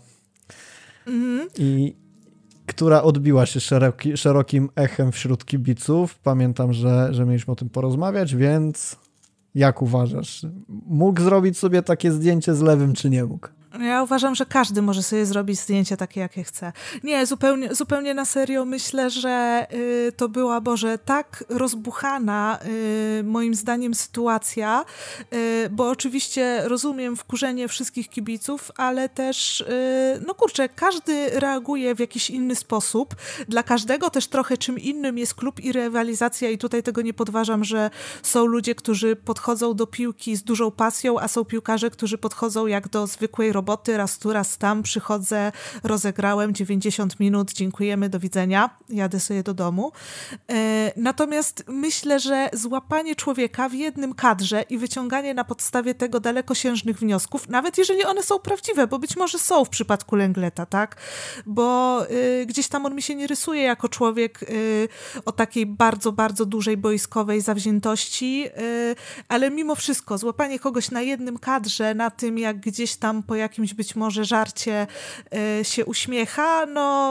Która odbiła się szerokim echem wśród kibiców. Pamiętam, że mieliśmy o tym porozmawiać, więc jak uważasz? Mógł zrobić sobie takie zdjęcie z lewym, czy nie mógł? Ja uważam, że każdy może sobie zrobić zdjęcie takie, jakie chce. Nie, zupełnie na serio myślę, że to była, tak rozbuchana moim zdaniem sytuacja, bo oczywiście rozumiem wkurzenie wszystkich kibiców, ale też, każdy reaguje w jakiś inny sposób. Dla każdego też trochę czym innym jest klub i rywalizacja i tutaj tego nie podważam, że są ludzie, którzy podchodzą do piłki z dużą pasją, a są piłkarze, którzy podchodzą jak do zwykłej roboty, raz tu, raz tam, przychodzę, rozegrałem 90 minut, dziękujemy, do widzenia, jadę sobie do domu. Natomiast myślę, że złapanie człowieka w jednym kadrze i wyciąganie na podstawie tego dalekosiężnych wniosków, nawet jeżeli one są prawdziwe, bo być może są w przypadku Lengleta, tak? Bo gdzieś tam on mi się nie rysuje jako człowiek o takiej bardzo, bardzo dużej boiskowej zawziętości, ale mimo wszystko złapanie kogoś na jednym kadrze, na tym jak gdzieś tam po jakimś być może żarcie się uśmiecha,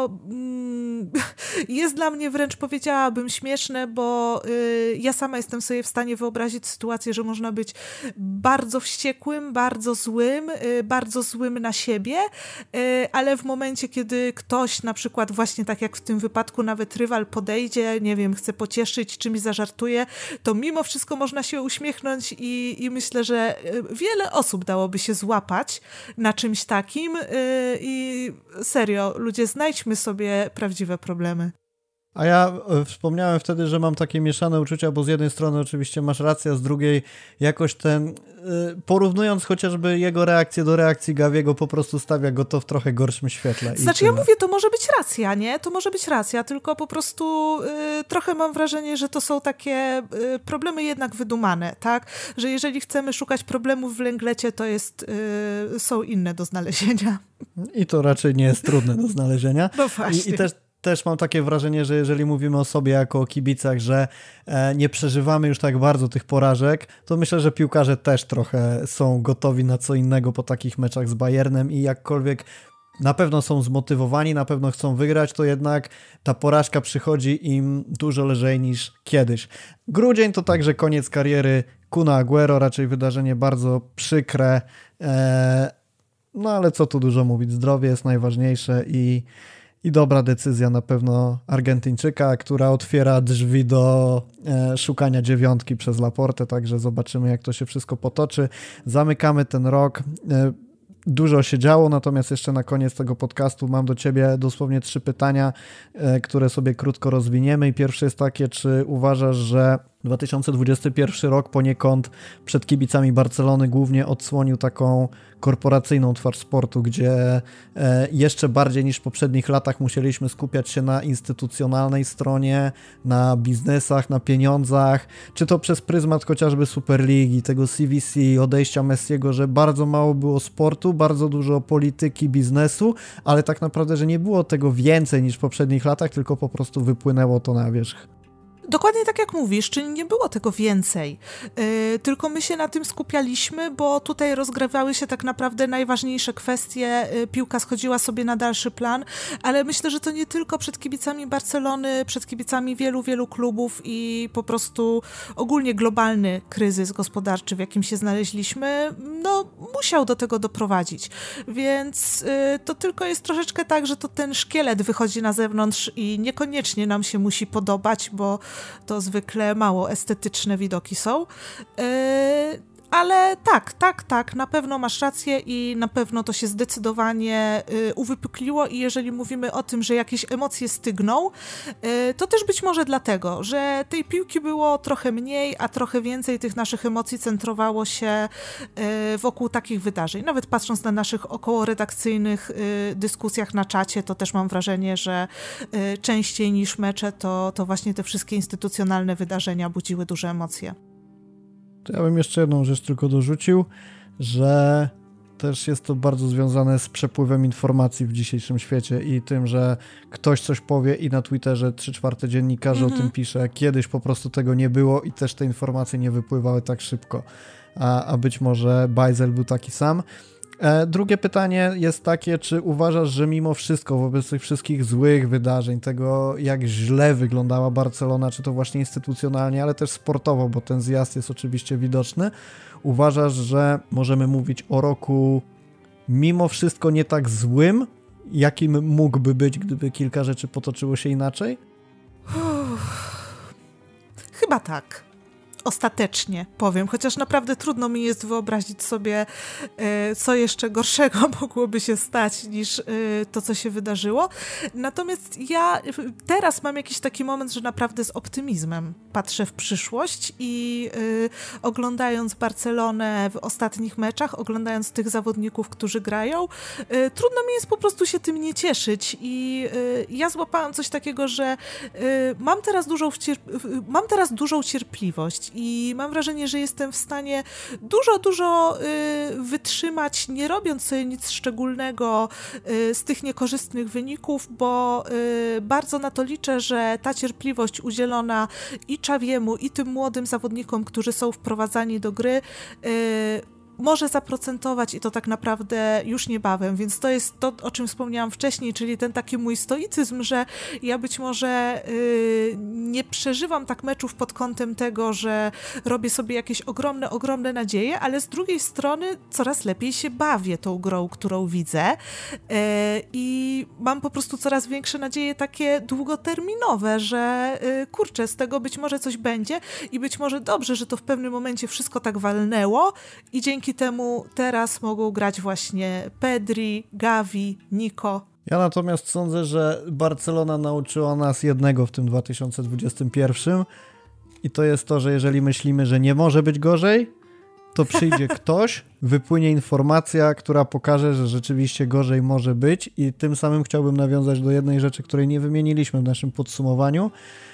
jest dla mnie wręcz, powiedziałabym, śmieszne, bo ja sama jestem sobie w stanie wyobrazić sytuację, że można być bardzo wściekłym, bardzo złym na siebie, ale w momencie, kiedy ktoś na przykład właśnie tak jak w tym wypadku nawet rywal podejdzie, nie wiem, chce pocieszyć, czymś zażartuje, to mimo wszystko można się uśmiechnąć i myślę, że wiele osób dałoby się złapać na czymś takim i serio, ludzie, znajdźmy sobie prawdziwe problemy. A ja wspomniałem wtedy, że mam takie mieszane uczucia, bo z jednej strony oczywiście masz rację, a z drugiej jakoś porównując chociażby jego reakcję do reakcji Gaviego, po prostu stawia go to w trochę gorszym świetle. Znaczy ja mówię, to może być racja, nie? To może być racja, tylko po prostu trochę mam wrażenie, że to są takie problemy jednak wydumane, tak? Że jeżeli chcemy szukać problemów w Lenglecie, to są inne do znalezienia. I to raczej nie jest trudne do znalezienia. No właśnie. I też mam takie wrażenie, że jeżeli mówimy o sobie jako o kibicach, że nie przeżywamy już tak bardzo tych porażek, to myślę, że piłkarze też trochę są gotowi na co innego po takich meczach z Bayernem i jakkolwiek na pewno są zmotywowani, na pewno chcą wygrać, to jednak ta porażka przychodzi im dużo lżej niż kiedyś. Grudzień to także koniec kariery Kuna Agüero, raczej wydarzenie bardzo przykre, no ale co tu dużo mówić, zdrowie jest najważniejsze i dobra decyzja na pewno Argentyńczyka, która otwiera drzwi do szukania 9 przez Laportę, także zobaczymy, jak to się wszystko potoczy. Zamykamy ten rok. Dużo się działo, natomiast jeszcze na koniec tego podcastu mam do Ciebie dosłownie 3 pytania, które sobie krótko rozwiniemy. I pierwsze jest takie, czy uważasz, że 2021 rok poniekąd przed kibicami Barcelony głównie odsłonił taką korporacyjną twarz sportu, gdzie jeszcze bardziej niż w poprzednich latach musieliśmy skupiać się na instytucjonalnej stronie, na biznesach, na pieniądzach, czy to przez pryzmat chociażby Superligi, tego CVC, odejścia Messiego, że bardzo mało było sportu, bardzo dużo polityki, biznesu, ale tak naprawdę, że nie było tego więcej niż w poprzednich latach, tylko po prostu wypłynęło to na wierzch. Dokładnie tak jak mówisz, czyli nie było tego więcej, tylko my się na tym skupialiśmy, bo tutaj rozgrywały się tak naprawdę najważniejsze kwestie, piłka schodziła sobie na dalszy plan, ale myślę, że to nie tylko przed kibicami Barcelony, przed kibicami wielu, wielu klubów i po prostu ogólnie globalny kryzys gospodarczy, w jakim się znaleźliśmy, no musiał do tego doprowadzić, więc to tylko jest troszeczkę tak, że to ten szkielet wychodzi na zewnątrz i niekoniecznie nam się musi podobać, bo to zwykle mało estetyczne widoki są. Ale tak, na pewno masz rację i na pewno to się zdecydowanie uwypukliło i jeżeli mówimy o tym, że jakieś emocje stygną, to też być może dlatego, że tej piłki było trochę mniej, a trochę więcej tych naszych emocji centrowało się wokół takich wydarzeń. Nawet patrząc na naszych okołoredakcyjnych dyskusjach na czacie, to też mam wrażenie, że częściej niż mecze to właśnie te wszystkie instytucjonalne wydarzenia budziły duże emocje. To ja bym jeszcze jedną rzecz tylko dorzucił, że też jest to bardzo związane z przepływem informacji w dzisiejszym świecie i tym, że ktoś coś powie i na Twitterze 3/4 dziennikarzy o tym pisze. Kiedyś po prostu tego nie było i też te informacje nie wypływały tak szybko, a być może Bajzel był taki sam. Drugie pytanie jest takie, czy uważasz, że mimo wszystko wobec tych wszystkich złych wydarzeń, tego jak źle wyglądała Barcelona, czy to właśnie instytucjonalnie, ale też sportowo, bo ten zjazd jest oczywiście widoczny, uważasz, że możemy mówić o roku mimo wszystko nie tak złym, jakim mógłby być, gdyby kilka rzeczy potoczyło się inaczej? Chyba tak. Ostatecznie powiem, chociaż naprawdę trudno mi jest wyobrazić sobie, co jeszcze gorszego mogłoby się stać niż to, co się wydarzyło. Natomiast ja teraz mam jakiś taki moment, że naprawdę z optymizmem patrzę w przyszłość i oglądając Barcelonę w ostatnich meczach, oglądając tych zawodników, którzy grają, trudno mi jest po prostu się tym nie cieszyć i ja złapałam coś takiego, że mam teraz dużą cierpliwość i mam wrażenie, że jestem w stanie dużo wytrzymać, nie robiąc sobie nic szczególnego z tych niekorzystnych wyników, bo bardzo na to liczę, że ta cierpliwość udzielona i Xaviemu, i tym młodym zawodnikom, którzy są wprowadzani do gry, może zaprocentować i to tak naprawdę już niebawem, więc to jest to, o czym wspomniałam wcześniej, czyli ten taki mój stoicyzm, że ja być może nie przeżywam tak meczów pod kątem tego, że robię sobie jakieś ogromne nadzieje, ale z drugiej strony coraz lepiej się bawię tą grą, którą widzę i mam po prostu coraz większe nadzieje takie długoterminowe, że kurczę, z tego być może coś będzie i być może dobrze, że to w pewnym momencie wszystko tak walnęło i dzięki temu teraz mogą grać właśnie Pedri, Gavi, Nico. Ja natomiast sądzę, że Barcelona nauczyła nas jednego w tym 2021 i to jest to, że jeżeli myślimy, że nie może być gorzej, to przyjdzie ktoś, wypłynie informacja, która pokaże, że rzeczywiście gorzej może być i tym samym chciałbym nawiązać do jednej rzeczy, której nie wymieniliśmy w naszym podsumowaniu.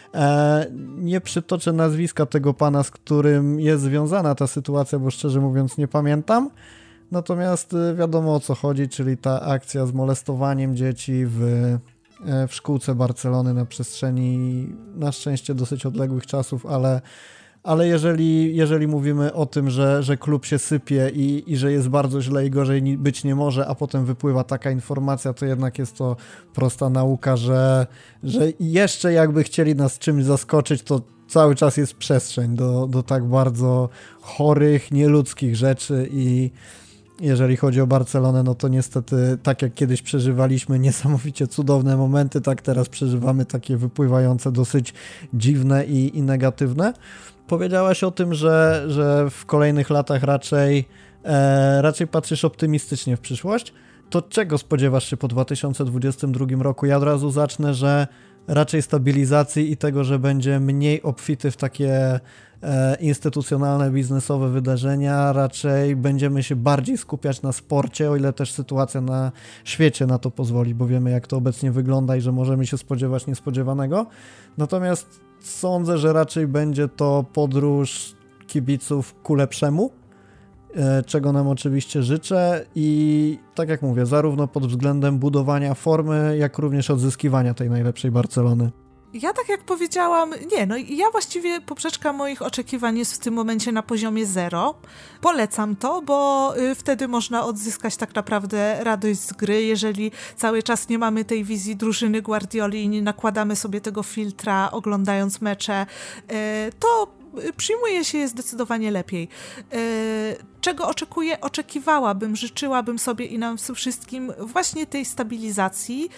Nie przytoczę nazwiska tego pana, z którym jest związana ta sytuacja, bo szczerze mówiąc nie pamiętam. Natomiast wiadomo o co chodzi, czyli ta akcja z molestowaniem dzieci w szkółce Barcelony na przestrzeni na szczęście dosyć odległych czasów, ale jeżeli mówimy o tym, że klub się sypie i że jest bardzo źle i gorzej być nie może, a potem wypływa taka informacja, to jednak jest to prosta nauka, że jeszcze jakby chcieli nas czymś zaskoczyć, to cały czas jest przestrzeń do tak bardzo chorych, nieludzkich rzeczy i jeżeli chodzi o Barcelonę, no to niestety tak jak kiedyś przeżywaliśmy niesamowicie cudowne momenty, tak teraz przeżywamy takie wypływające dosyć dziwne i negatywne. Powiedziałaś o tym, że w kolejnych latach raczej patrzysz optymistycznie w przyszłość. To czego spodziewasz się po 2022 roku? Ja od razu zacznę, że raczej stabilizacji i tego, że będzie mniej obfity w takie instytucjonalne, biznesowe wydarzenia, raczej będziemy się bardziej skupiać na sporcie, o ile też sytuacja na świecie na to pozwoli, bo wiemy jak to obecnie wygląda i że możemy się spodziewać niespodziewanego. Natomiast sądzę, że raczej będzie to podróż kibiców ku lepszemu, czego nam oczywiście życzę i tak jak mówię, zarówno pod względem budowania formy, jak również odzyskiwania tej najlepszej Barcelony. Ja tak jak powiedziałam, ja właściwie poprzeczka moich oczekiwań jest w tym momencie na poziomie 0. Polecam to, bo wtedy można odzyskać tak naprawdę radość z gry, jeżeli cały czas nie mamy tej wizji drużyny Guardioli i nie nakładamy sobie tego filtra oglądając mecze, to przyjmuje się je zdecydowanie lepiej. Czego oczekiwałabym, życzyłabym sobie i nam wszystkim właśnie tej stabilizacji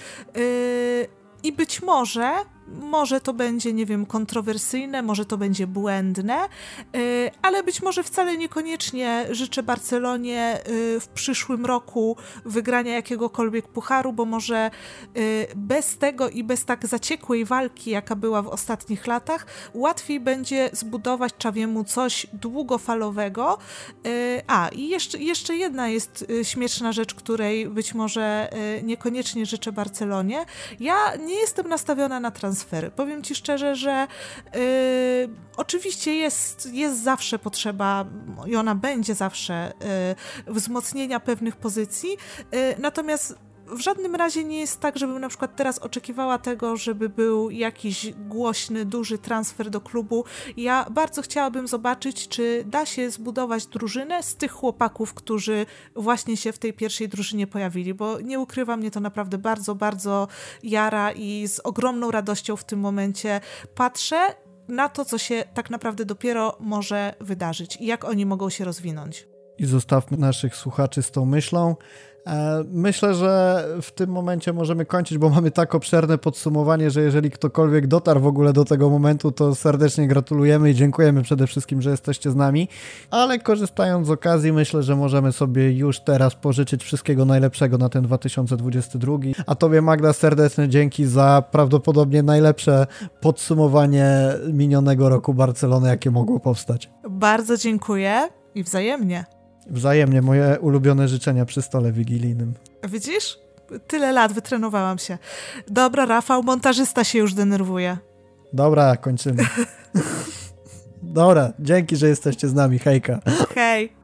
i być może to będzie, nie wiem, kontrowersyjne, może to będzie błędne, ale być może wcale niekoniecznie życzę Barcelonie w przyszłym roku wygrania jakiegokolwiek pucharu, bo może bez tego i bez tak zaciekłej walki, jaka była w ostatnich latach, łatwiej będzie zbudować Xaviemu coś długofalowego. I jeszcze jedna jest śmieszna rzecz, której być może niekoniecznie życzę Barcelonie. Ja nie jestem nastawiona na transfery. Powiem ci szczerze, że oczywiście jest zawsze potrzeba i ona będzie zawsze wzmocnienia pewnych pozycji, natomiast w żadnym razie nie jest tak, żebym na przykład teraz oczekiwała tego, żeby był jakiś głośny, duży transfer do klubu. Ja bardzo chciałabym zobaczyć, czy da się zbudować drużynę z tych chłopaków, którzy właśnie się w tej pierwszej drużynie pojawili, bo nie ukrywam, mnie to naprawdę bardzo, bardzo jara i z ogromną radością w tym momencie patrzę na to, co się tak naprawdę dopiero może wydarzyć i jak oni mogą się rozwinąć. I zostawmy naszych słuchaczy z tą myślą. Myślę, że w tym momencie możemy kończyć, bo mamy tak obszerne podsumowanie, że jeżeli ktokolwiek dotarł w ogóle do tego momentu, to serdecznie gratulujemy i dziękujemy przede wszystkim, że jesteście z nami, ale korzystając z okazji, myślę, że możemy sobie już teraz pożyczyć wszystkiego najlepszego na ten 2022. A tobie, Magda, serdeczne dzięki za prawdopodobnie najlepsze podsumowanie minionego roku Barcelony, jakie mogło powstać. Bardzo dziękuję i wzajemnie. Wzajemnie, moje ulubione życzenia przy stole wigilijnym. Widzisz? Tyle lat wytrenowałam się. Dobra, Rafał, montażysta się już denerwuje. Dobra, kończymy. Dobra, dzięki, że jesteście z nami. Hejka. Hej.